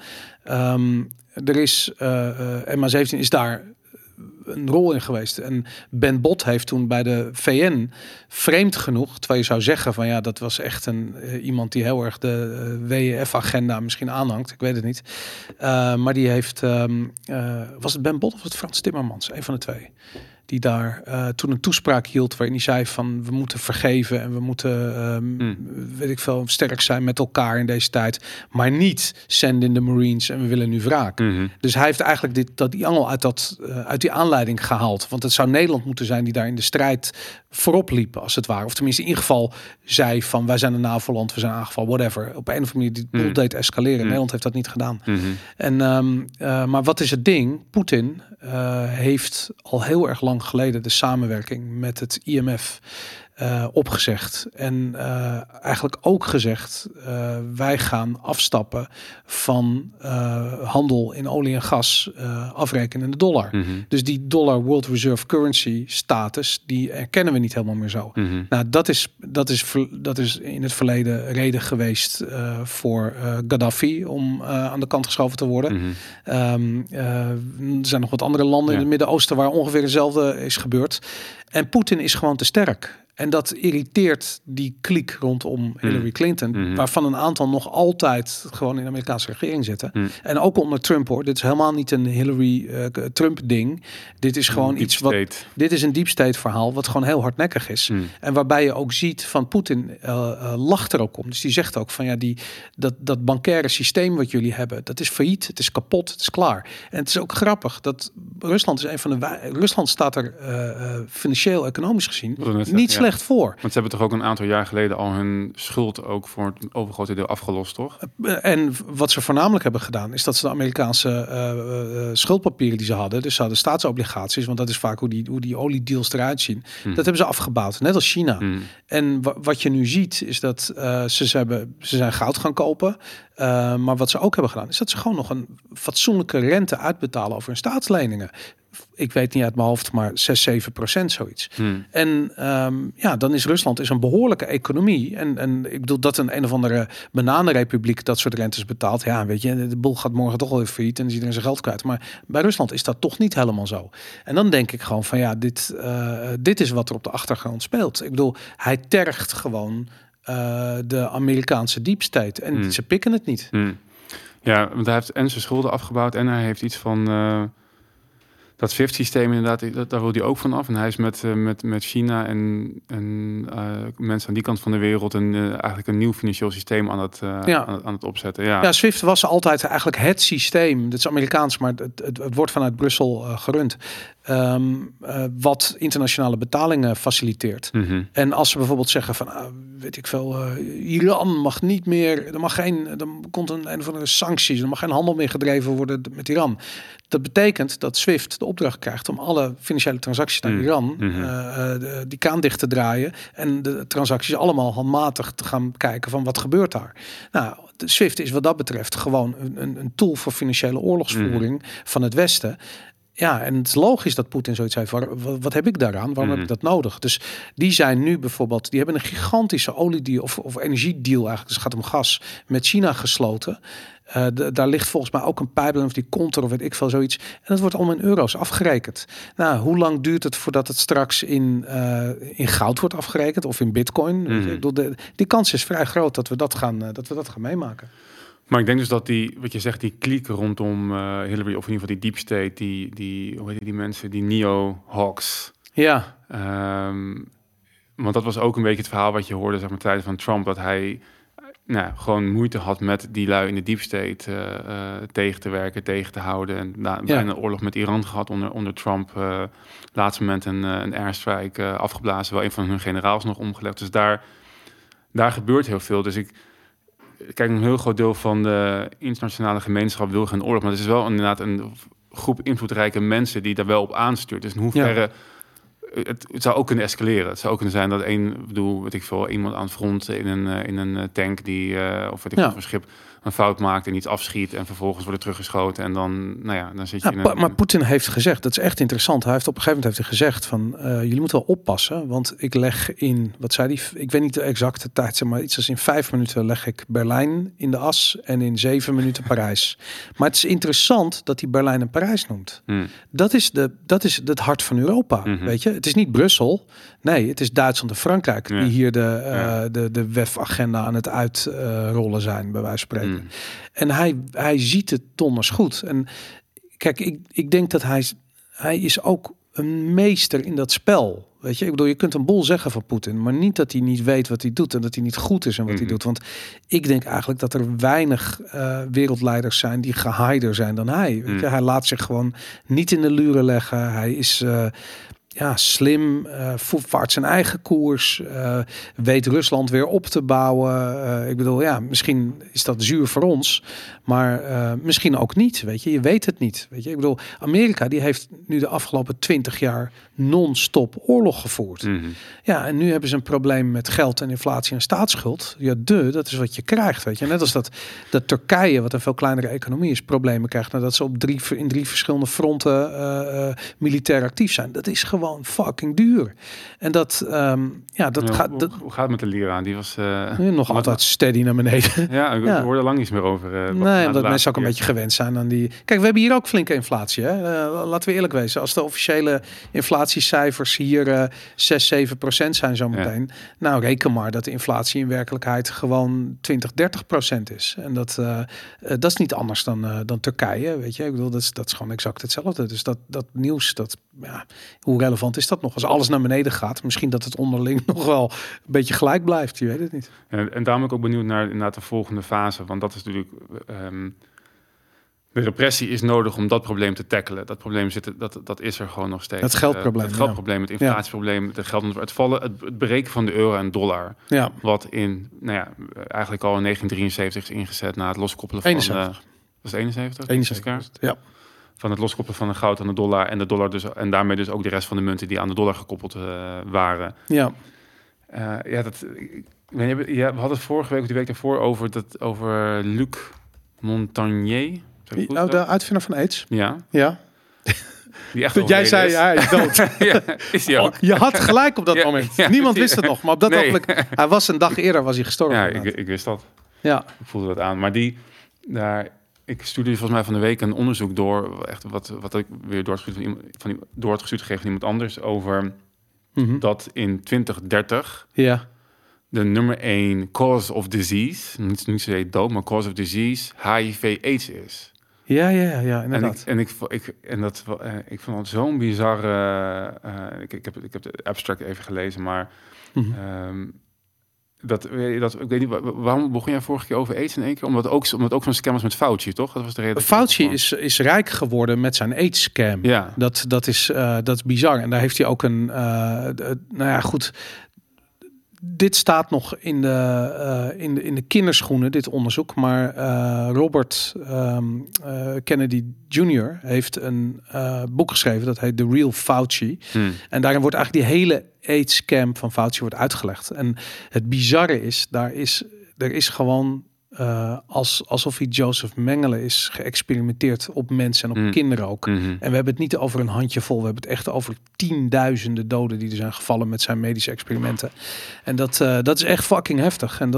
Er is... MH17 is daar een rol in geweest. En Ben Bot heeft toen bij de VN, vreemd genoeg, terwijl je zou zeggen van ja, dat was echt iemand die heel erg de WEF-agenda misschien aanhangt. Ik weet het niet. Maar die heeft, was het Ben Bot of het Frans Timmermans? Een van de 2. Die daar toen een toespraak hield waarin hij zei van we moeten vergeven en we moeten weet ik veel, sterk zijn met elkaar in deze tijd, maar niet send in de Marines en we willen nu wraak. Dus hij heeft eigenlijk die angel uit die aanleiding gehaald, want het zou Nederland moeten zijn die daar in de strijd voorop liepen als het ware, of tenminste in ieder geval zei van wij zijn een NAVO-land, we zijn aangevallen, whatever. Op een of andere manier die boel deed escaleren. Nederland heeft dat niet gedaan. En maar wat is het ding? Poetin heeft al heel erg lang geleden de samenwerking met het IMF opgezegd. En eigenlijk ook gezegd, wij gaan afstappen van handel in olie en gas, afrekenen in de dollar. Dus die dollar World Reserve Currency status, die erkennen we niet helemaal meer zo. Nou, dat is in het verleden reden geweest voor Gaddafi om aan de kant geschoven te worden. Er zijn nog wat andere landen in het Midden-Oosten waar ongeveer hetzelfde is gebeurd. En Poetin is gewoon te sterk. En dat irriteert die kliek rondom Hillary Clinton, waarvan een aantal nog altijd gewoon in de Amerikaanse regering zitten. En ook onder Trump hoor. Dit is helemaal niet een Hillary-Trump ding. Dit is gewoon iets wat... Dit is een deep state verhaal wat gewoon heel hardnekkig is. En waarbij je ook ziet van Poetin lacht er ook om. Dus die zegt ook van ja, dat bankaire systeem wat jullie hebben, dat is failliet, het is kapot, het is klaar. En het is ook grappig dat Rusland is een van de... Rusland staat er financieel, economisch gezien niet slecht voor. Want ze hebben toch ook een aantal jaar geleden al hun schuld ook voor het overgrote deel afgelost, toch? En wat ze voornamelijk hebben gedaan is dat ze de Amerikaanse schuldpapieren die ze hadden, dus ze hadden staatsobligaties, want dat is vaak hoe die oliedeals eruit zien. Dat hebben ze afgebouwd, net als China. En wat je nu ziet is dat ze zijn goud gaan kopen. Maar wat ze ook hebben gedaan is dat ze gewoon nog een fatsoenlijke rente uitbetalen over hun staatsleningen. Ik weet niet uit mijn hoofd, maar 6-7% zoiets. En dan is Rusland een behoorlijke economie. En ik bedoel dat een of andere bananenrepubliek dat soort rentes betaalt. Ja, weet je, de boel gaat morgen toch wel weer failliet en dan is iedereen zijn geld kwijt. Maar bij Rusland is dat toch niet helemaal zo. En dan denk ik gewoon van ja, dit is wat er op de achtergrond speelt. Ik bedoel, hij tergt gewoon de Amerikaanse deep state. En ze pikken het niet. Ja, want hij heeft en zijn schulden afgebouwd en hij heeft iets van Dat SWIFT-systeem inderdaad, daar wil hij ook van af. En hij is met China en mensen aan die kant van de wereld eigenlijk een nieuw financieel systeem aan het opzetten. Ja. Ja, SWIFT was altijd eigenlijk het systeem. Dat is Amerikaans, maar het wordt vanuit Brussel gerund. Wat internationale betalingen faciliteert. Mm-hmm. En als ze bijvoorbeeld zeggen van, weet ik veel, Iran mag niet meer, er komt een of andere sancties, er mag geen handel meer gedreven worden met Iran. Dat betekent dat SWIFT de opdracht krijgt om alle financiële transacties naar Iran die kraan dicht te draaien en de transacties allemaal handmatig te gaan kijken van wat gebeurt daar. Nou, de SWIFT is wat dat betreft gewoon een tool voor financiële oorlogsvoering van het Westen. Ja, en het is logisch dat Poetin zoiets heeft. Wat heb ik daaraan? Waarom heb ik dat nodig? Dus die zijn nu bijvoorbeeld, die hebben een gigantische oliedeal of energiedeal eigenlijk. Dus het gaat om gas met China gesloten. Daar ligt volgens mij ook een pipeline of die komt er of weet ik veel zoiets. En dat wordt allemaal in euro's afgerekend. Nou, hoe lang duurt het voordat het straks in goud wordt afgerekend of in bitcoin? Ik bedoel, die kans is vrij groot dat we dat gaan meemaken. Maar ik denk dus dat wat je zegt, die kliek rondom Hillary, of in ieder geval die deep state, hoe heet die mensen, die neo-hawks. Ja. Want dat was ook een beetje het verhaal wat je hoorde, zeg maar, tijdens van Trump, dat hij gewoon moeite had met die lui in de deep state tegen te werken, tegen te houden. En bijna een oorlog met Iran gehad onder Trump. Laatste moment een airstrike afgeblazen, wel een van hun generaals nog omgelegd. Dus daar gebeurt heel veel. Dus kijk, een heel groot deel van de internationale gemeenschap wil geen oorlog. Maar het is wel inderdaad een groep invloedrijke mensen die daar wel op aanstuurt. Dus in hoeverre het zou ook kunnen escaleren. Het zou ook kunnen zijn dat iemand aan het front in een tank of een schip een fout maakt en iets afschiet en vervolgens wordt teruggeschoten en dan zit je Maar Poetin heeft gezegd, dat is echt interessant. Hij heeft op een gegeven moment gezegd van jullie moeten wel oppassen, want ik leg in, wat zei hij? Ik weet niet de exacte tijd, maar iets als in 5 minuten leg ik Berlijn in de as en in 7 minuten Parijs. Maar het is interessant dat hij Berlijn en Parijs noemt. Dat is het hart van Europa, weet je? Het is niet Brussel. Nee, het is Duitsland en Frankrijk die hier de WEF-agenda aan het uitrollen zijn, bij wijze van spreken. En hij ziet het donders goed. En kijk, ik denk dat hij is ook een meester in dat spel. Weet je, ik bedoel, je kunt een boel zeggen van Poetin, maar niet dat hij niet weet wat hij doet en dat hij niet goed is en wat hij doet. Want ik denk eigenlijk dat er weinig wereldleiders zijn die geheider zijn dan hij. Weet je? Hij laat zich gewoon niet in de luren leggen. Hij is slim, vaart zijn eigen koers, weet Rusland weer op te bouwen. Ik bedoel, misschien is dat zuur voor ons, maar misschien ook niet, weet je. Je weet het niet, weet je. Ik bedoel, Amerika die heeft nu de afgelopen 20 jaar non-stop oorlog gevoerd. Ja, en nu hebben ze een probleem met geld en inflatie en staatsschuld. Ja, dat is wat je krijgt, weet je. Net als dat Turkije, wat een veel kleinere economie is, problemen krijgt nadat ze in drie verschillende fronten militair actief zijn. Dat is gewoon fucking duur. En hoe gaat het met de lira? Die was nog altijd steady naar beneden. Ja, ik hoorde lang niets meer over. Nee, omdat mensen ook een beetje gewend zijn aan die. Kijk, we hebben hier ook flinke inflatie. Hè? Laten we eerlijk wezen. Als de officiële inflatiecijfers hier 6-7% zijn zometeen. Ja. Nou, reken maar dat de inflatie in werkelijkheid gewoon 20-30% is. En dat is niet anders dan Turkije, weet je. Ik bedoel, dat is gewoon exact hetzelfde. Dus dat nieuws, hoe relevant is dat nog? Als alles naar beneden gaat, misschien dat het onderling nog wel een beetje gelijk blijft. Je weet het niet. En daarom ben ik ook benieuwd naar de volgende fase. Want dat is natuurlijk... de repressie is nodig om dat probleem te tackelen. Dat probleem dat is er gewoon nog steeds. Het geldprobleem. Het geldprobleem, het inflatieprobleem, het breken van de euro en dollar. Ja. Wat eigenlijk al in 1973 is ingezet na het loskoppelen van... 71. Was het 71? 71, ja. Van het loskoppelen van de goud aan de dollar en de dollar dus, en daarmee dus ook de rest van de munten die aan de dollar gekoppeld waren. Ja. We hadden het vorige week of die week daarvoor over Luc Montagnier. De uitvinder van AIDS. Ja. Ja. Die echt dat jij zei, hij is dood. Ja, is hij ook. Je had gelijk op dat moment. Ja, niemand wist het nog, maar op dat ogenblik, hij was een dag eerder was hij gestorven. Ja, ik wist dat. Ja. Ik voelde dat aan. Maar ik stuurde volgens mij van de week een onderzoek door, echt wat ik weer door het gestuurd gegeven van iemand anders, over dat in 2030 de nummer 1 cause of disease, niet zozeer dood, maar cause of disease, HIV/AIDS is. Ja, inderdaad. Ik vond het zo'n bizarre... ik heb de abstract even gelezen, maar... ik weet niet, waarom begon jij vorige keer over AIDS in één keer? Omdat het ook zo'n scam was met Fauci, toch? Dat was de reden. Fauci is rijk geworden met zijn AIDS-scam. Ja. Dat is bizar. En daar heeft hij ook een... goed... Dit staat nog in de kinderschoenen, dit onderzoek. Maar Robert Kennedy Jr. heeft een boek geschreven. Dat heet The Real Fauci. En daarin wordt eigenlijk die hele AIDS-scam van Fauci wordt uitgelegd. En het bizarre is, er is gewoon... alsof hij Joseph Mengele is geëxperimenteerd op mensen en op kinderen ook. En we hebben het niet over een handjevol. We hebben het echt over 10.000 doden die er zijn gevallen met zijn medische experimenten. En dat is echt fucking heftig. En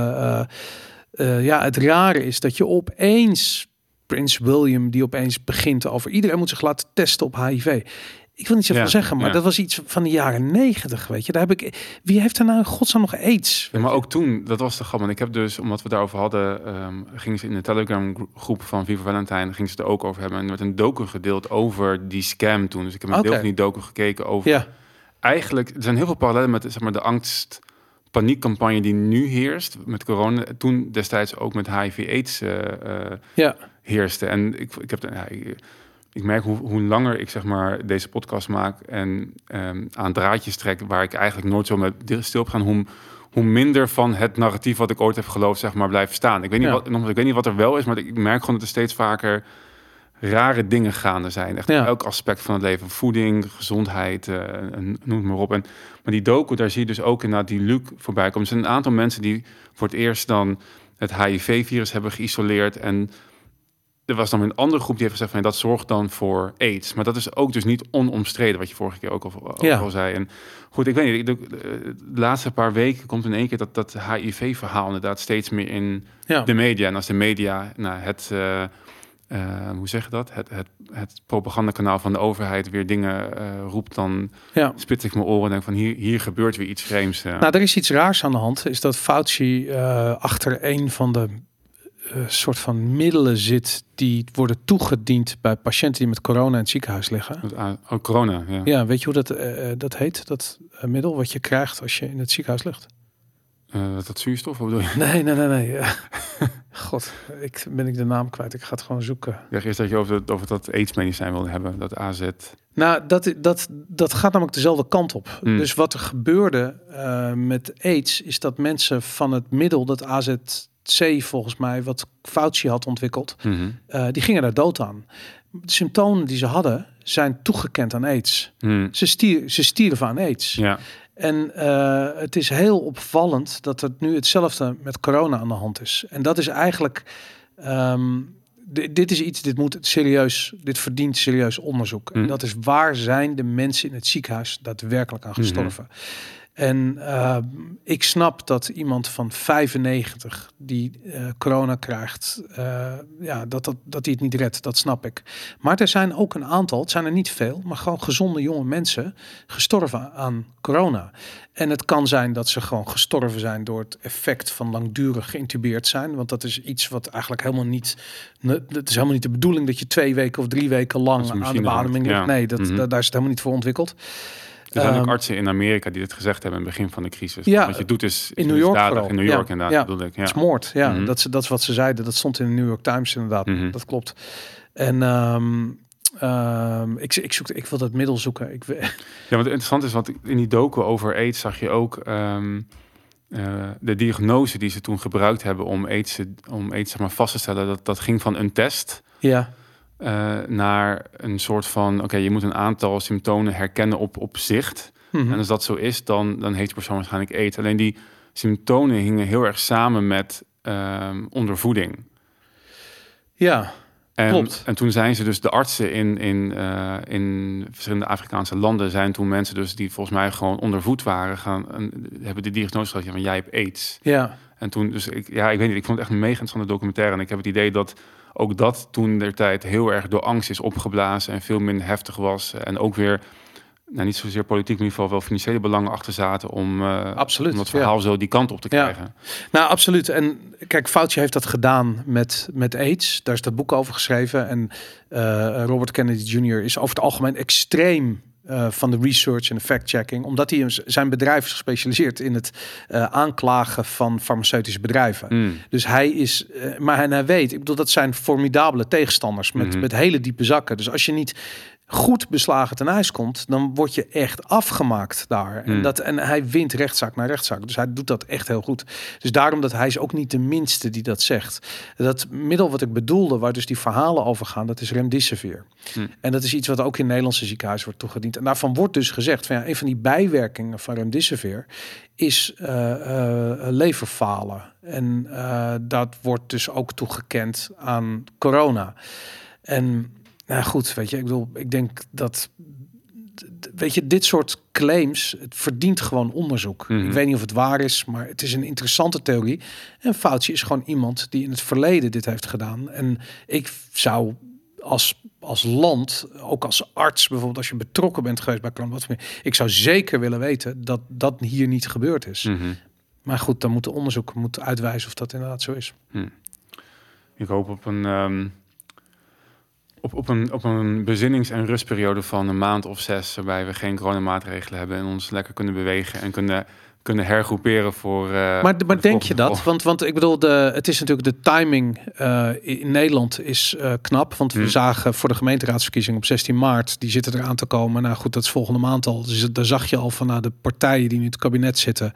het rare is dat je opeens Prins William die opeens begint over iedereen moet zich laten testen op HIV. Ik wil niet zoveel zeggen, maar dat was iets van de jaren 90, weet je. Wie heeft er nou in godsnaam nog AIDS? Ja, maar ook toen, dat was de grap. En ik heb dus, omdat we daarover hadden, gingen ze in de Telegram groep van Viva Valentine, gingen ze het er ook over hebben. En er werd een docu gedeeld over die scam toen. Dus ik heb een deel van die docu gekeken over... Ja. Eigenlijk, er zijn heel veel parallellen met zeg maar, de angst-paniekcampagne die nu heerst met corona. Toen destijds ook met HIV-AIDS heerste. En ik merk hoe langer ik zeg maar deze podcast maak en aan draadjes trek waar ik eigenlijk nooit zo met stil op gaan, hoe minder van het narratief wat ik ooit heb geloofd zeg maar blijft staan. Ik weet niet wat er wel is, maar ik merk gewoon dat er steeds vaker rare dingen gaande zijn. Echt elk aspect van het leven. Voeding, gezondheid, noem het maar op. Maar die docu, daar zie je dus ook inderdaad die Luc voorbij komen. Er zijn een aantal mensen die voor het eerst dan het HIV-virus hebben geïsoleerd en er was dan een andere groep die heeft gezegd van dat zorgt dan voor AIDS. Maar dat is ook dus niet onomstreden, wat je vorige keer ook al zei. En goed, ik weet niet, de laatste paar weken komt in één keer dat HIV-verhaal inderdaad steeds meer in de media. En als de media hoe zeg je dat? Het propagandakanaal van de overheid weer dingen roept, dan spits ik mijn oren en denk van hier gebeurt weer iets vreemds. Nou, er is iets raars aan de hand. Is dat Fauci achter een van de soort van middelen zit die worden toegediend bij patiënten die met corona in het ziekenhuis liggen. Corona, ja. Ja, weet je hoe dat heet? Dat middel wat je krijgt als je in het ziekenhuis ligt? Dat zuurstof, wat bedoel je? Nee. God, ben ik de naam kwijt. Ik ga het gewoon zoeken. Ja, eerst dat je over dat AIDS-medicijn wilde hebben, dat AZ. Nou, dat gaat namelijk dezelfde kant op. Dus wat er gebeurde met AIDS is dat mensen van het middel, dat AZC volgens mij, wat Fauci had ontwikkeld, die gingen daar dood aan. De symptomen die ze hadden zijn toegekend aan AIDS. Ze stierven aan AIDS. Ja. En het is heel opvallend dat het nu hetzelfde met corona aan de hand is. En dat is eigenlijk... dit is iets, dit verdient serieus onderzoek. En dat is, waar zijn de mensen in het ziekenhuis daadwerkelijk aan gestorven? En ik snap dat iemand van 95 die corona krijgt, dat hij het niet redt. Dat snap ik. Maar er zijn ook een aantal, het zijn er niet veel, maar gewoon gezonde jonge mensen gestorven aan corona. En het kan zijn dat ze gewoon gestorven zijn door het effect van langdurig geïntubeerd zijn. Want dat is iets wat eigenlijk helemaal niet... Het is helemaal niet de bedoeling dat je 2 weken of 3 weken lang aan de beademing ligt. Nee, daar is het helemaal niet voor ontwikkeld. Er zijn ook artsen in Amerika die dit gezegd hebben in het begin van de crisis. Ja, wat je doet is in New York vooral. In New York inderdaad, bedoel ik. Ja. Het is moord, dat is wat ze zeiden. Dat stond in de New York Times inderdaad. Dat klopt. En ik wil dat middel zoeken. Ja, wat interessant is, want in die docu over AIDS zag je ook de diagnose die ze toen gebruikt hebben om AIDS zeg maar, vast te stellen. Dat ging van een test... Ja. Naar een soort van... Oké, je moet een aantal symptomen herkennen op zicht. En als dat zo is, dan heeft de persoon waarschijnlijk AIDS. Alleen die symptomen hingen heel erg samen met ondervoeding. Ja, klopt. En toen zijn ze dus de artsen in verschillende Afrikaanse landen... zijn toen mensen dus die volgens mij gewoon ondervoed waren... hebben de diagnose gehad van jij hebt AIDS. Ja. En toen, dus ik weet niet, ik vond het echt een mega interessante documentaire. En ik heb het idee dat ook dat toen der tijd heel erg door angst is opgeblazen en veel minder heftig was. En ook weer niet zozeer politiek, maar in ieder geval wel financiële belangen achter zaten om Absoluut, om dat verhaal zo die kant op te krijgen. Nou, absoluut. En kijk, Fauci heeft dat gedaan met AIDS. Daar is dat boek over geschreven. En Robert Kennedy Jr. is over het algemeen extreem van de research en de fact-checking, omdat hij zijn bedrijf is gespecialiseerd in het aanklagen van farmaceutische bedrijven. Dus hij is, maar hij weet, ik bedoel, dat zijn formidabele tegenstanders met hele diepe zakken. Dus als je niet goed beslagen ten ijs komt, dan word je echt afgemaakt daar. En hij wint rechtszaak naar rechtszaak. Dus hij doet dat echt heel goed. Dus daarom dat hij is ook niet de minste die dat zegt. Dat middel wat ik bedoelde, waar dus die verhalen over gaan, dat is remdesivir. En dat is iets wat ook in Nederlandse ziekenhuizen wordt toegediend. En daarvan wordt dus gezegd van een van die bijwerkingen van remdesivir is leverfalen. En dat wordt dus ook toegekend aan corona. En nou goed, weet je, ik bedoel, ik denk dat, weet je, dit soort claims, het verdient gewoon onderzoek. Ik weet niet of het waar is, maar het is een interessante theorie. En Fauci is gewoon iemand die in het verleden dit heeft gedaan. En ik zou als land, ook als arts, bijvoorbeeld als je betrokken bent geweest bij corona, ik zou zeker willen weten dat dat hier niet gebeurd is. Maar goed, dan moet de onderzoek uitwijzen of dat inderdaad zo is. Ik hoop op een op een bezinnings- en rustperiode van een maand of 6... waarbij we geen coronamaatregelen hebben en ons lekker kunnen bewegen en kunnen hergroeperen voor... Maar denk je dat? Want ik bedoel, het is natuurlijk de timing in Nederland is knap. Want we zagen voor de gemeenteraadsverkiezing op 16 maart... die zitten eraan te komen. Nou goed, dat is volgende maand al. Dus daar zag je al van de partijen die nu in het kabinet zitten...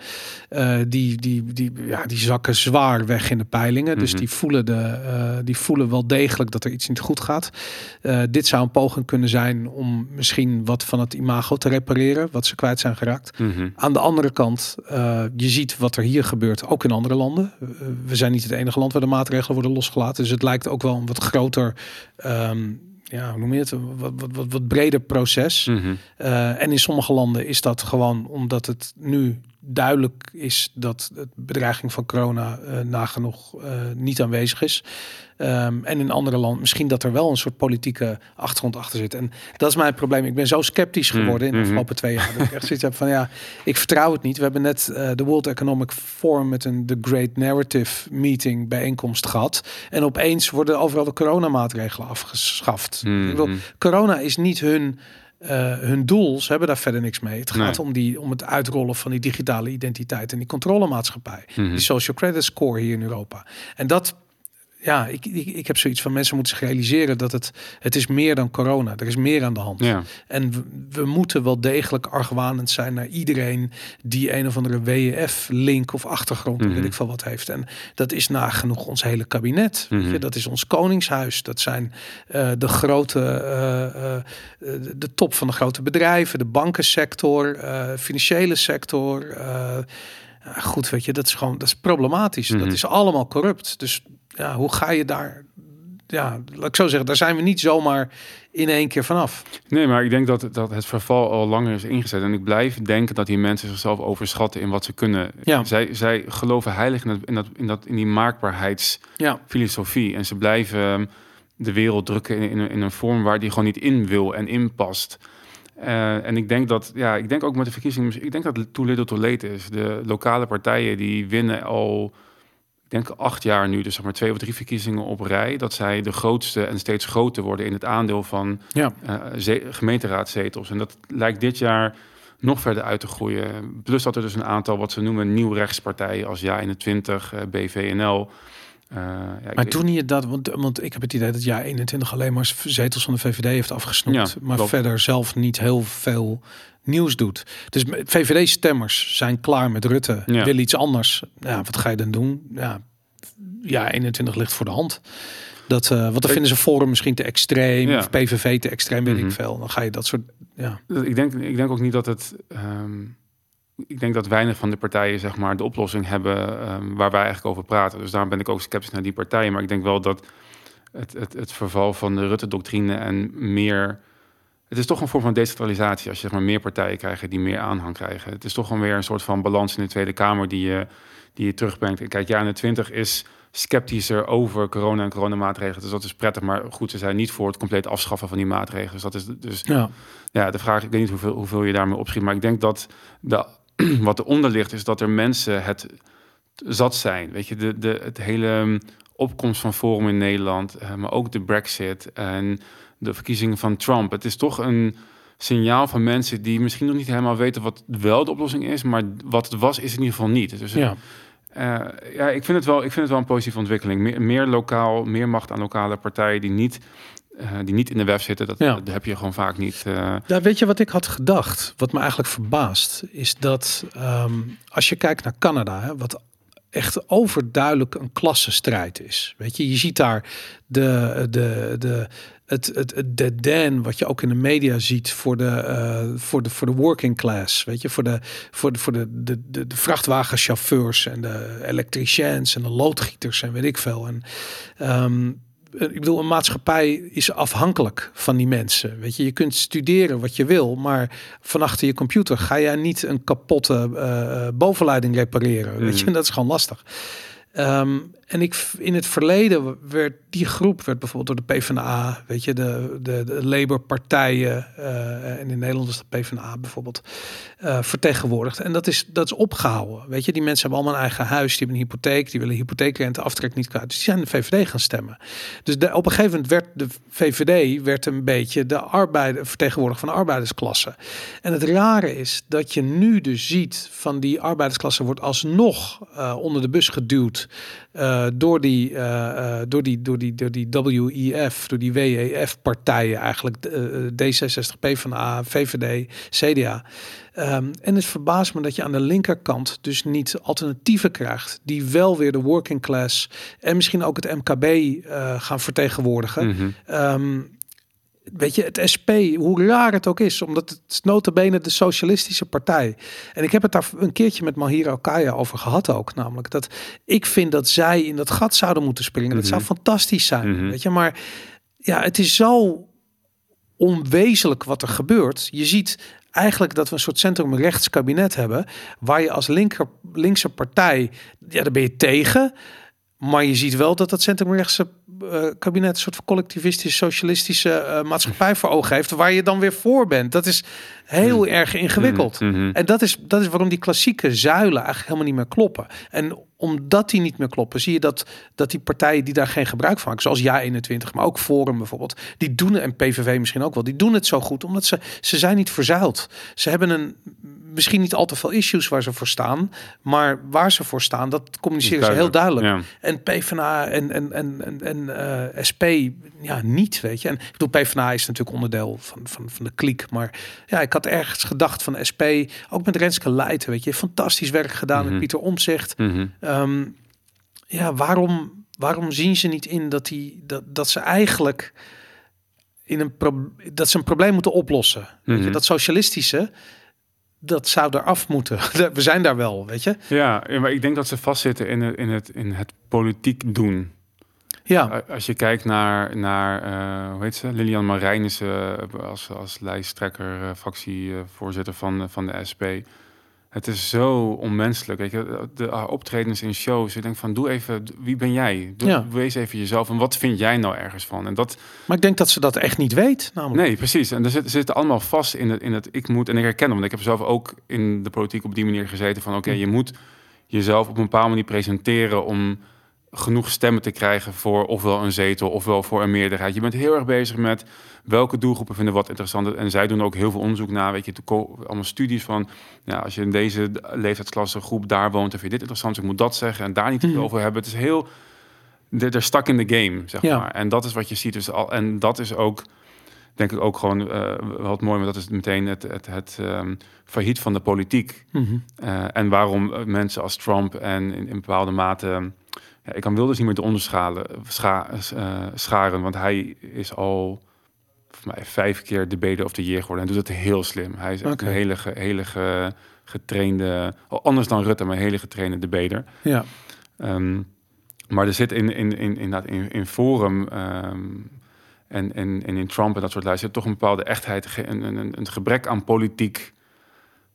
die zakken zwaar weg in de peilingen. Dus die voelen wel degelijk dat er iets niet goed gaat. Dit zou een poging kunnen zijn om misschien wat van het imago te repareren. Wat ze kwijt zijn geraakt. Aan de andere kant... je ziet wat er hier gebeurt, ook in andere landen. We zijn niet het enige land waar de maatregelen worden losgelaten. Dus het lijkt ook wel een wat groter, hoe noem je het? Wat breder proces. En in sommige landen is dat gewoon omdat het nu duidelijk is dat de bedreiging van corona nagenoeg niet aanwezig is. En in andere landen misschien dat er wel een soort politieke achtergrond achter zit. En dat is mijn probleem. Ik ben zo sceptisch geworden in de afgelopen 2 jaar. Dat ik echt zoiets heb van ik vertrouw het niet. We hebben net de World Economic Forum met een The Great Narrative meeting bijeenkomst gehad. En opeens worden overal de coronamaatregelen afgeschaft. Ik bedoel, corona is niet hun doel. Ze hebben daar verder niks mee. Het gaat om het uitrollen van die digitale identiteit en die controlemaatschappij. Die social credit score hier in Europa. En dat... Ja, ik heb zoiets van mensen moeten zich realiseren dat het is meer dan corona. Er is meer aan de hand. Ja. En we moeten wel degelijk argwanend zijn naar iedereen die een of andere WEF-link of achtergrond, weet ik veel wat heeft. En dat is nagenoeg ons hele kabinet. Weet je? Dat is ons koningshuis. Dat zijn de top van de grote bedrijven, de bankensector, financiële sector. Goed, weet je, dat is problematisch. Dat is allemaal corrupt. Dus ja, hoe ga je daar... Ja, laat ik zo zeggen, daar zijn we niet zomaar in 1 keer vanaf. Nee, maar ik denk dat het verval al langer is ingezet. En ik blijf denken dat die mensen zichzelf overschatten in wat ze kunnen. Ja. Zij geloven heilig in die maakbaarheidsfilosofie. En ze blijven de wereld drukken in een vorm waar die gewoon niet in wil en in past. En ik denk ook met de verkiezingen, ik denk dat het too little too late is. De lokale partijen die winnen al... Ik denk 8 jaar nu, dus zeg maar 2 of 3 verkiezingen op rij, dat zij de grootste en steeds groter worden in het aandeel van gemeenteraadzetels. En dat lijkt dit jaar nog verder uit te groeien. Plus dat er dus een aantal wat ze noemen nieuw rechtspartijen als JA21, BVNL. Maar toen je dat, want ik heb het idee dat JA21 alleen maar zetels van de VVD heeft afgesnoept, maar verder zelf niet heel veel nieuws doet. Dus VVD-stemmers zijn klaar met Rutte, willen iets anders. Ja, wat ga je dan doen? Ja, 21 ligt voor de hand. Want dan vinden ze Forum misschien te extreem, of PVV te extreem, weet ik veel. Dan ga je dat soort... Ja. Ik denk ook niet dat het... Ik denk dat weinig van de partijen zeg maar de oplossing hebben waar wij eigenlijk over praten. Dus daarom ben ik ook sceptisch naar die partijen. Maar ik denk wel dat het verval van de Rutte-doctrine en meer... Het is toch een vorm van decentralisatie als je zeg maar meer partijen krijgt die meer aanhang krijgen. Het is toch gewoon weer een soort van balans in de Tweede Kamer die je terugbrengt. En kijk, JA21 is sceptischer over corona en coronamaatregelen. Dus dat is prettig. Maar goed, ze zijn niet voor het compleet afschaffen van die maatregelen. Dus dat is dus de vraag. Ik weet niet hoeveel je daarmee opschiet. Maar ik denk dat wat eronder ligt is dat er mensen het zat zijn. Weet je, het hele opkomst van Forum in Nederland, maar ook de Brexit en de verkiezingen van Trump. Het is toch een signaal van mensen die misschien nog niet helemaal weten wat wel de oplossing is, maar wat het was, is in ieder geval niet. Dus ik vind het wel een positieve ontwikkeling. Meer lokaal, meer macht aan lokale partijen die niet in de web zitten. Dat heb je gewoon vaak niet. Ja, weet je wat ik had gedacht? Wat me eigenlijk verbaast, is dat als je kijkt naar Canada, hè, wat echt overduidelijk een klassenstrijd is. Weet je ziet daar het den wat je ook in de media ziet voor de working class, weet je, voor de vrachtwagenchauffeurs en de elektriciens en de loodgieters en weet ik veel. En ik bedoel, een maatschappij is afhankelijk van die mensen. Weet je kunt studeren wat je wil, maar van achter je computer ga jij niet een kapotte bovenleiding repareren. Weet je, en dat is gewoon lastig. En in het verleden werd die groep bijvoorbeeld door de PvdA, weet je, de Labour-partijen en in Nederland is de PvdA bijvoorbeeld vertegenwoordigd. En dat is opgehouden. Weet je, die mensen hebben allemaal een eigen huis, die hebben een hypotheek, die willen hypotheekrenteaftrek niet kwijt. Dus die zijn de VVD gaan stemmen. Dus op een gegeven moment werd de VVD een beetje de vertegenwoordiger van de arbeidersklasse. En het rare is dat je nu dus ziet van die arbeidersklasse wordt alsnog onder de bus geduwd. Door die WEF, door die WEF-partijen eigenlijk, D66, PvdA, VVD, CDA. En het verbaast me dat je aan de linkerkant dus niet alternatieven krijgt die wel weer de working class en misschien ook het MKB gaan vertegenwoordigen. Weet je, het SP, hoe raar het ook is, omdat het is nota bene de socialistische partij. En ik heb het daar een keertje met Mahira Alkaya over gehad ook, namelijk dat ik vind dat zij in dat gat zouden moeten springen. Dat zou fantastisch zijn, weet je. Maar ja, het is zo onwezenlijk wat er gebeurt. Je ziet eigenlijk dat we een soort centrum-rechts kabinet hebben, waar je als linkse partij, ja, daar ben je tegen. Maar je ziet wel dat dat centrumrechtse kabinet een soort van collectivistische, socialistische maatschappij voor ogen heeft, waar je dan weer voor bent. Dat is heel erg ingewikkeld. En dat is waarom die klassieke zuilen eigenlijk helemaal niet meer kloppen. En omdat die niet meer kloppen, zie je dat die partijen die daar geen gebruik van maken, zoals JA21, maar ook Forum bijvoorbeeld, die doen, en PVV misschien ook wel, die doen het zo goed, omdat ze zijn niet verzuild. Ze hebben misschien niet al te veel issues waar ze voor staan, maar waar ze voor staan, dat communiceren ze heel duidelijk. Ja. En PvdA en SP, ja, niet, weet je. En ik bedoel, PvdA is natuurlijk onderdeel van de kliek, maar ja, ik had ergens gedacht van SP, ook met Renske Leijten, weet je, fantastisch werk gedaan met Pieter Omtzigt. Ja, waarom zien ze niet in dat ze eigenlijk dat ze een probleem moeten oplossen? Weet je, dat socialistische, dat zou eraf moeten. We zijn daar wel, weet je? Ja, maar ik denk dat ze vastzitten in het politiek doen. Ja. Als je kijkt naar hoe heet ze? Lilian Marijnissen als lijsttrekker, fractievoorzitter van de SP. Het is zo onmenselijk. Weet je, de optredens in shows. Ik denk van, doe even, wie ben jij? Wees even jezelf. En wat vind jij nou ergens van? En dat. Maar ik denk dat ze dat echt niet weet. Namelijk. Nee, precies. En ze zitten allemaal vast in het ik moet. En ik herken hem. Want ik heb zelf ook in de politiek op die manier gezeten. Van oké, je moet jezelf op een bepaalde manier presenteren om genoeg stemmen te krijgen voor ofwel een zetel ofwel voor een meerderheid. Je bent heel erg bezig met welke doelgroepen vinden wat interessant. En zij doen ook heel veel onderzoek naar, weet je, allemaal studies van, ja, als je in deze leeftijdsklasse groep daar woont, dan vind je dit interessant, ik moet dat zeggen en daar niet te veel over hebben. Het is heel, they're stuck in the game, zeg maar. En dat is wat je ziet. Dus en dat is ook, denk ik ook gewoon wat mooi, maar dat is meteen het failliet van de politiek. En waarom mensen als Trump en in bepaalde mate, ja, ik kan Wilders niet meer te scharen, want hij is al voor mij 5 keer debater of the year geworden en doet het heel slim. Hij is echt een hele getrainde, anders dan Rutte, maar een hele getrainde debater. Ja. Maar er zit in Forum en in Trump en dat soort lijsten toch een bepaalde echtheid, een gebrek aan politiek,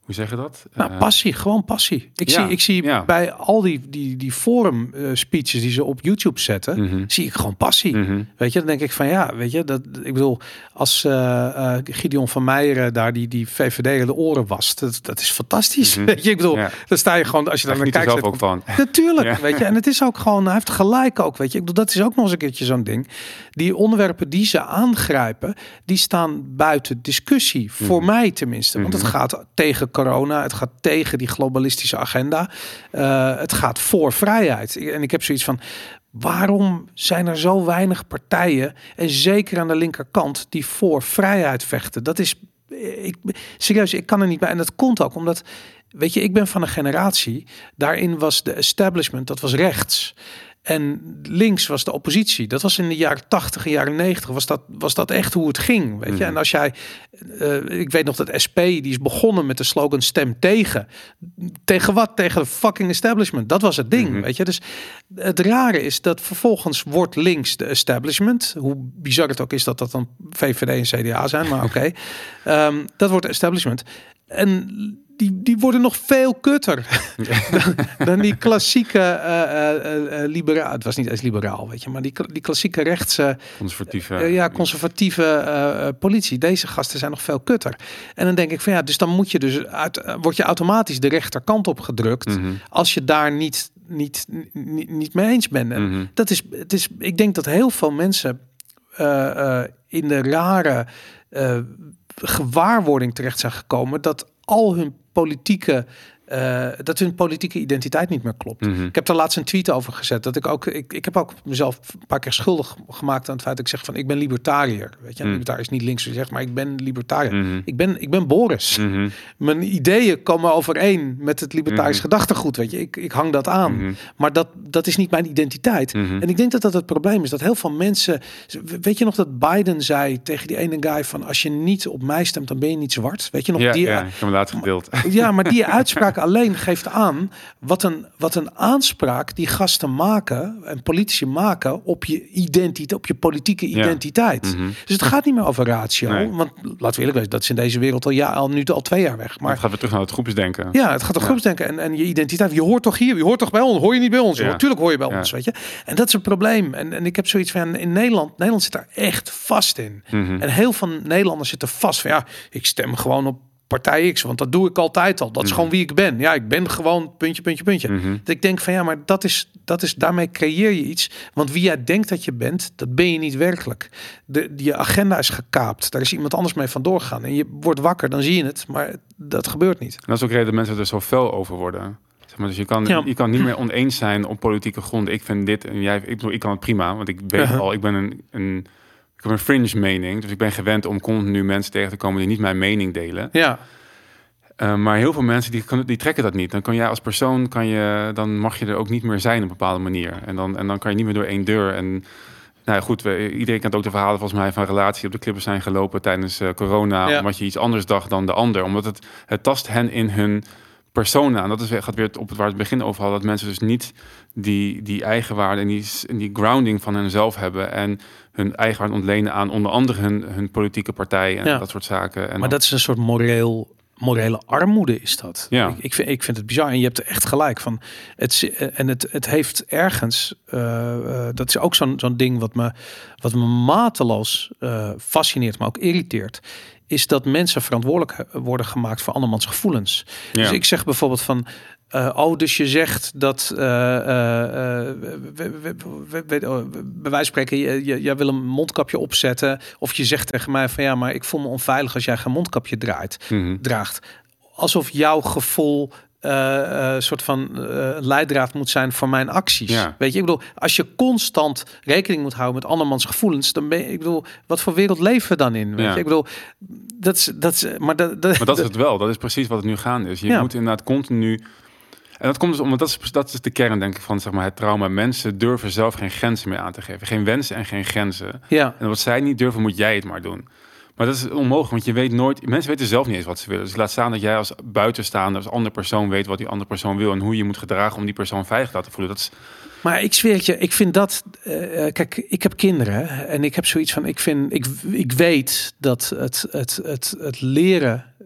Hoe zeg je dat? Nou, passie, gewoon passie. Ik zie bij al die forum speeches die ze op YouTube zetten, zie ik gewoon passie. Weet je, dan denk ik van weet je, dat ik bedoel, als Gideon van Meijeren daar die VVD de oren was, dat is fantastisch. Weet je, ik bedoel, dan sta je gewoon, als je daar naar kijkt, zelf ook van. Natuurlijk, weet je, en het is ook gewoon, hij heeft gelijk ook, weet je. Ik bedoel, dat is ook nog eens een keertje zo'n ding. Die onderwerpen die ze aangrijpen, die staan buiten discussie, voor mij tenminste, want het gaat tegen corona, het gaat tegen die globalistische agenda, het gaat voor vrijheid. En ik heb zoiets van, waarom zijn er zo weinig partijen, en zeker aan de linkerkant, die voor vrijheid vechten? Dat is, serieus, ik kan er niet bij. En dat komt ook omdat, weet je, ik ben van een generatie, daarin was de establishment, dat was rechts. En links was de oppositie. Dat was in de jaren 80 en jaren 90. Was dat echt hoe het ging, weet je? En als jij, ik weet nog dat SP, die is begonnen met de slogan stem tegen. Tegen wat? Tegen de fucking establishment. Dat was het ding, weet je? Dus het rare is dat vervolgens wordt links de establishment. Hoe bizar het ook is dat dan VVD en CDA zijn, maar oké. Dat wordt de establishment. En die worden nog veel kutter dan die klassieke liberaal. Het was niet eens liberaal, weet je, maar die klassieke rechtse conservatieve politie. Deze gasten zijn nog veel kutter. En dan denk ik van dus dan moet je word je automatisch de rechterkant op gedrukt als je daar niet mee eens bent. En het is. Ik denk dat heel veel mensen in de rare gewaarwording terecht zijn gekomen dat al hun politieke identiteit niet meer klopt. Ik heb daar laatst een tweet over gezet. Dat ik heb ook mezelf een paar keer schuldig gemaakt aan het feit dat ik zeg van ik ben libertariër. Weet je, libertariër is niet links gezegd, maar ik ben libertariër. Ik ben Boris. Mijn ideeën komen overeen met het libertarisch gedachtegoed. Weet je, ik hang dat aan. Maar dat is niet mijn identiteit. En ik denk dat het probleem is dat heel veel mensen. Weet je nog dat Biden zei tegen die ene guy van als je niet op mij stemt, dan ben je niet zwart. Weet je nog? Ik heb hem laatst gedeeld. Ja, maar die uitspraak alleen geeft aan wat een aanspraak die gasten maken en politici maken op je identiteit, op je politieke identiteit. Dus het gaat niet meer over ratio. Nee. Want laten we eerlijk wezen, dat is in deze wereld al 2 jaar weg. Maar het gaat weer terug naar het groepsdenken. Ja, het gaat om groepsdenken en je identiteit. Je hoort toch hier, je hoort toch bij ons? Hoor je niet bij ons? Ja. Natuurlijk hoor je bij ons, weet je. En dat is een probleem. En ik heb zoiets van in Nederland zit daar echt vast in. En heel veel Nederlanders zitten vast van ik stem gewoon op partij X, want dat doe ik altijd al. Dat is gewoon wie ik ben. Ja, ik ben gewoon puntje. Dat ik denk van maar dat is daarmee creëer je iets. Want wie jij denkt dat je bent, dat ben je niet werkelijk. Je agenda is gekaapt. Daar is iemand anders mee vandoor gegaan. En je wordt wakker, dan zie je het. Maar dat gebeurt niet. En dat is ook reden dat mensen er zo fel over worden. Zeg maar, dus je kan niet meer oneens zijn op politieke grond. Ik vind dit en jij. Ik kan het prima, want ik weet al, ik ben ik heb een fringe mening, dus ik ben gewend om continu mensen tegen te komen die niet mijn mening delen. Ja. Maar heel veel mensen die trekken dat niet. Dan kan jij als persoon, dan mag je er ook niet meer zijn op een bepaalde manier. En dan kan je niet meer door één deur. En nou ja, goed, iedereen kent ook de verhalen volgens mij van relatie op de klippen zijn gelopen tijdens corona, omdat je iets anders dacht dan de ander. Omdat het tast hen in hun persona. En dat gaat weer op waar het begin over had, dat mensen dus niet die eigenwaarde en die grounding van henzelf hebben en hun eigenwaarde ontlenen aan onder andere hun politieke partij en dat soort zaken. En maar dat is een soort morele armoede is dat. Ja. Ik vind het bizar en je hebt er echt gelijk van. Het heeft ergens, dat is ook zo'n ding wat me mateloos fascineert, maar ook irriteert, is dat mensen verantwoordelijk worden gemaakt voor andermans gevoelens. Ja. Dus ik zeg bijvoorbeeld van, dus je zegt dat bij wijze van spreken, jij wil een mondkapje opzetten, of je zegt tegen mij van maar ik voel me onveilig als jij geen mondkapje draagt. Alsof jouw gevoel soort van leidraad moet zijn voor mijn acties. Ja. Weet je, ik bedoel, als je constant rekening moet houden met andermans gevoelens, dan ik bedoel, wat voor wereld leven we dan in? Weet je? Ik bedoel, maar dat is het wel. Dat is precies wat het nu gaande is. Je moet inderdaad continu. En dat komt dus omdat dat is de kern, denk ik, van zeg maar het trauma. Mensen durven zelf geen grenzen meer aan te geven. Geen wensen en geen grenzen. Ja. En wat zij niet durven, moet jij het maar doen. Maar dat is onmogelijk, want je weet nooit. Mensen weten zelf niet eens wat ze willen. Dus laat staan dat jij als buitenstaander, als andere persoon weet wat die andere persoon wil en hoe je moet gedragen om die persoon veilig te laten voelen. Dat is. Maar ik zweer het je, ik vind dat. Kijk, ik heb kinderen en ik heb zoiets van. Ik weet dat het leren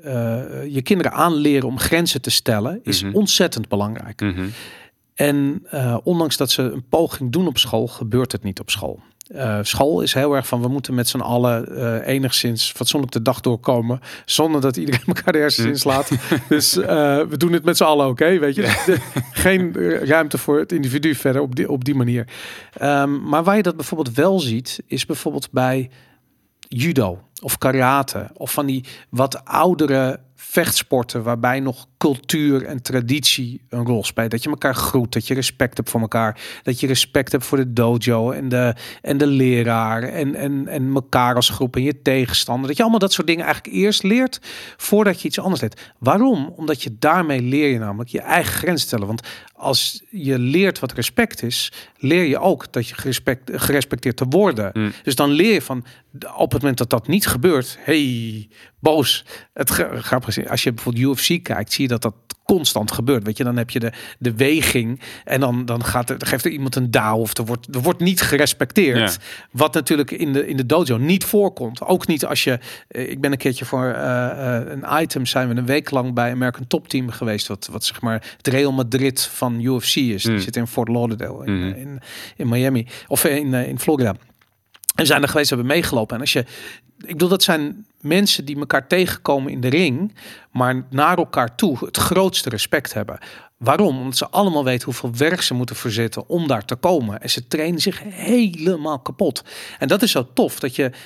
je kinderen aanleren om grenzen te stellen is ontzettend belangrijk. En ondanks dat ze een poging doen op school, gebeurt het niet op school. School is heel erg van, we moeten met z'n allen enigszins fatsoenlijk de dag doorkomen, zonder dat iedereen elkaar de hersens inslaat. Dus we doen het met z'n allen, oké, weet je. Geen ruimte voor het individu verder op die manier. Maar waar je dat bijvoorbeeld wel ziet, is bijvoorbeeld bij judo of karate of van die wat oudere vechtsporten waarbij nog cultuur en traditie een rol speelt. Dat je elkaar groet, dat je respect hebt voor elkaar, dat je respect hebt voor de dojo en de leraar en elkaar als groep en je tegenstander. Dat je allemaal dat soort dingen eigenlijk eerst leert voordat je iets anders leert. Waarom? Omdat je daarmee leer je namelijk je eigen grens stellen. Want als je leert wat respect is, leer je ook dat je gerespecteerd te worden. Dus dan leer je van, op het moment dat dat niet gebeurt, boos. Het grappig is, als je bijvoorbeeld UFC kijkt, zie je dat constant gebeurt. Weet je, dan heb je de weging en dan geeft er iemand een douw of er wordt niet gerespecteerd. Ja. Wat natuurlijk in de dojo niet voorkomt. Ook niet als je... ik ben een keertje voor een item, zijn we een week lang bij American Top Team geweest. Wat zeg maar het Real Madrid van UFC is. Die zit in Fort Lauderdale in Miami. Of in Florida. En we zijn er geweest, hebben meegelopen. En als je... Ik bedoel, dat zijn mensen die elkaar tegenkomen in de ring, maar naar elkaar toe het grootste respect hebben. Waarom? Omdat ze allemaal weten hoeveel werk ze moeten verzetten om daar te komen. En ze trainen zich helemaal kapot. En dat is zo tof, dat je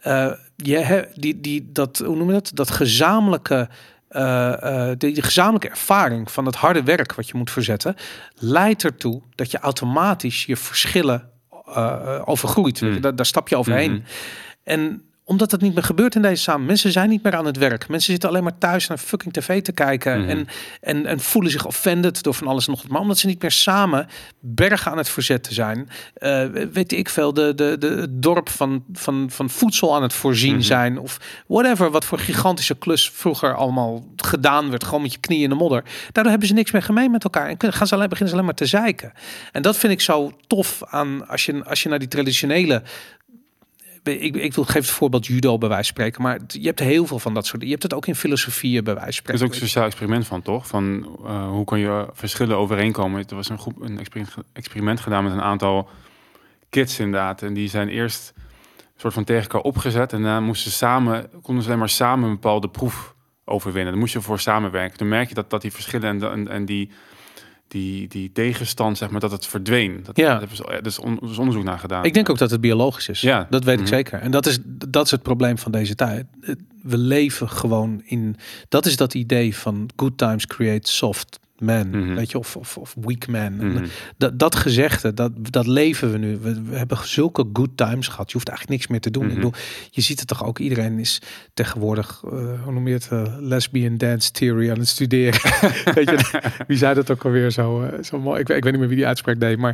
hoe noem je dat? Dat gezamenlijke... de gezamenlijke ervaring van het harde werk wat je moet verzetten, leidt ertoe dat je automatisch je verschillen overgroeit. Daar stap je overheen. En omdat het niet meer gebeurt in deze samen. Mensen zijn niet meer aan het werk. Mensen zitten alleen maar thuis naar fucking tv te kijken. En voelen zich offended door van alles en nog wat. Maar omdat ze niet meer samen bergen aan het verzetten zijn. Weet ik veel. De dorp van voedsel aan het voorzien zijn. Of whatever. Wat voor gigantische klus vroeger allemaal gedaan werd. Gewoon met je knieën in de modder. Daardoor hebben ze niks meer gemeen met elkaar. En beginnen ze alleen maar te zeiken. En dat vind ik zo tof aan als je naar die traditionele... Ik wil geef het voorbeeld judo bij wijze van spreken, maar je hebt heel veel van dat soort. Je hebt het ook in filosofieën bij wijze van spreken. Er is ook een sociaal experiment van, toch? Van hoe kan je verschillen overeenkomen? Er was een experiment gedaan met een aantal kids inderdaad, en die zijn eerst een soort van tegen elkaar opgezet en daarna konden ze alleen maar samen een bepaalde proef overwinnen. Dan moest je voor samenwerken. Dan merk je dat die verschillen en die tegenstand, zeg maar, dat het verdween. Er is onderzoek naar gedaan. Ik denk ook dat het biologisch is. Ja. Dat weet ik zeker. En dat is het probleem van deze tijd. We leven gewoon in... Dat is dat idee van good times create soft man, weet je, of weak man. Dat gezegde, dat leven we nu. We hebben zulke good times gehad. Je hoeft eigenlijk niks meer te doen. Ik bedoel, je ziet het toch ook. Iedereen is tegenwoordig, hoe noem je het, lesbian dance theory aan het studeren. Weet je, wie zei dat ook alweer zo mooi? Ik weet niet meer wie die uitspraak deed, maar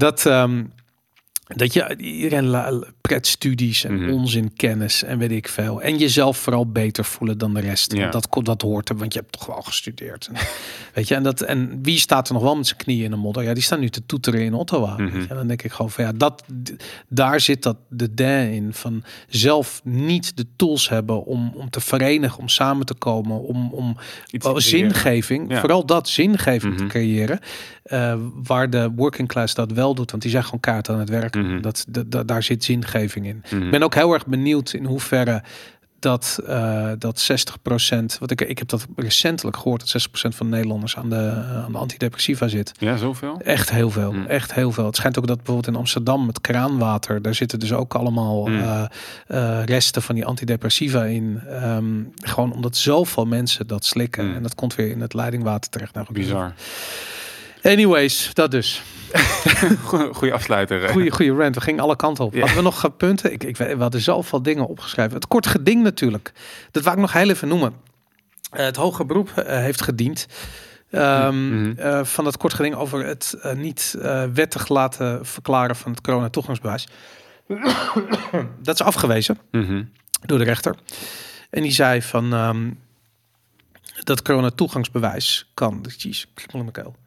dat je iedereen pretstudies en onzin kennis en weet ik veel. En jezelf vooral beter voelen dan de rest. Ja. Want dat hoort er, want je hebt toch wel gestudeerd. Weet je, en wie staat er nog wel met zijn knieën in de modder? Ja, die staan nu te toeteren in Ottawa. Weet je? En dan denk ik gewoon van daar zit dat de in van zelf niet de tools hebben om te verenigen, om samen te komen, om zingeving, vooral dat zingeving te creëren. Waar de working class dat wel doet, want die zijn gewoon kaart aan het werk. Daar zit zingeving in. Ik ben ook heel erg benieuwd in hoeverre dat 60%, wat ik heb dat recentelijk gehoord, dat 60% van de Nederlanders aan de antidepressiva zit. Ja, zoveel? Echt heel veel. Echt heel veel. Het schijnt ook dat bijvoorbeeld in Amsterdam met kraanwater, daar zitten dus ook allemaal resten van die antidepressiva in. Gewoon omdat zoveel mensen dat slikken. En dat komt weer in het leidingwater terecht. Nou, bizar. Anyways, dat dus. Goeie afsluiter. Goeie rant. We gingen alle kanten op. Hadden we nog punten? We hadden zoveel dingen opgeschreven. Het kort geding natuurlijk. Dat wou ik nog heel even noemen. Het hoger beroep heeft gediend. Van dat kort geding over het niet wettig laten verklaren van het corona-toegangsbewijs. Dat is afgewezen door de rechter. En die zei van dat corona-toegangsbewijs kan. Jeez, kriebel in mijn keel.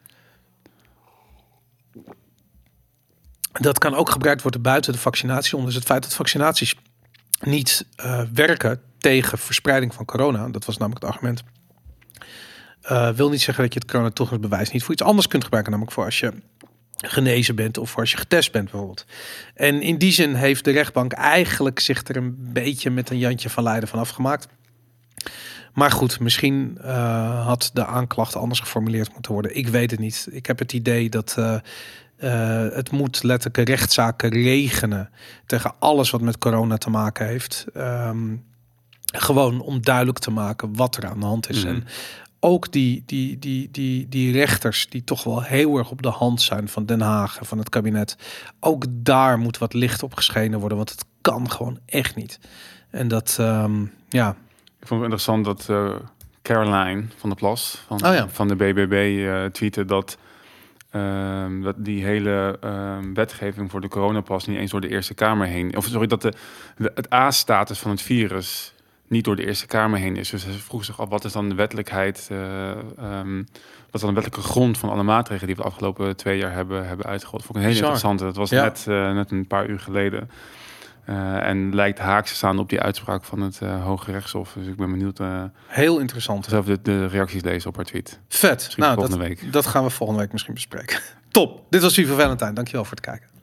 Dat kan ook gebruikt worden buiten de vaccinatie. Ondanks het feit dat vaccinaties niet werken tegen verspreiding van corona. Dat was namelijk het argument. Wil niet zeggen dat je het corona-toegangsbewijs niet voor iets anders kunt gebruiken. Namelijk voor als je genezen bent of voor als je getest bent bijvoorbeeld. En in die zin heeft de rechtbank eigenlijk zich er een beetje met een Jantje van Leiden van afgemaakt. Maar goed, misschien had de aanklacht anders geformuleerd moeten worden. Ik weet het niet. Ik heb het idee dat het moet letterlijk rechtszaken regenen tegen alles wat met corona te maken heeft. Gewoon om duidelijk te maken wat er aan de hand is. En ook die rechters die toch wel heel erg op de hand zijn van Den Haag en van het kabinet. Ook daar moet wat licht op geschenen worden, want het kan gewoon echt niet. En dat, Ik vond het interessant dat Caroline van der Plas van de BBB tweette dat die hele wetgeving voor de coronapas niet eens door de Eerste Kamer heen. Of sorry, dat het A-status van het virus niet door de Eerste Kamer heen is. Dus ze vroeg zich af, wat is dan de wettelijkheid? Wat is dan de wettelijke grond van alle maatregelen die we de afgelopen 2 jaar hebben uitgerold? Vond ik een hele interessante. Dat was net een paar uur geleden. En lijkt haaks te staan op die uitspraak van het Hoge Rechtshof. Dus ik ben benieuwd. Heel interessant. Zelf de reacties lezen op haar tweet. Vet. Nou, dat gaan we volgende week misschien bespreken. Top. Dit was Viva Valentijn. Dankjewel voor het kijken.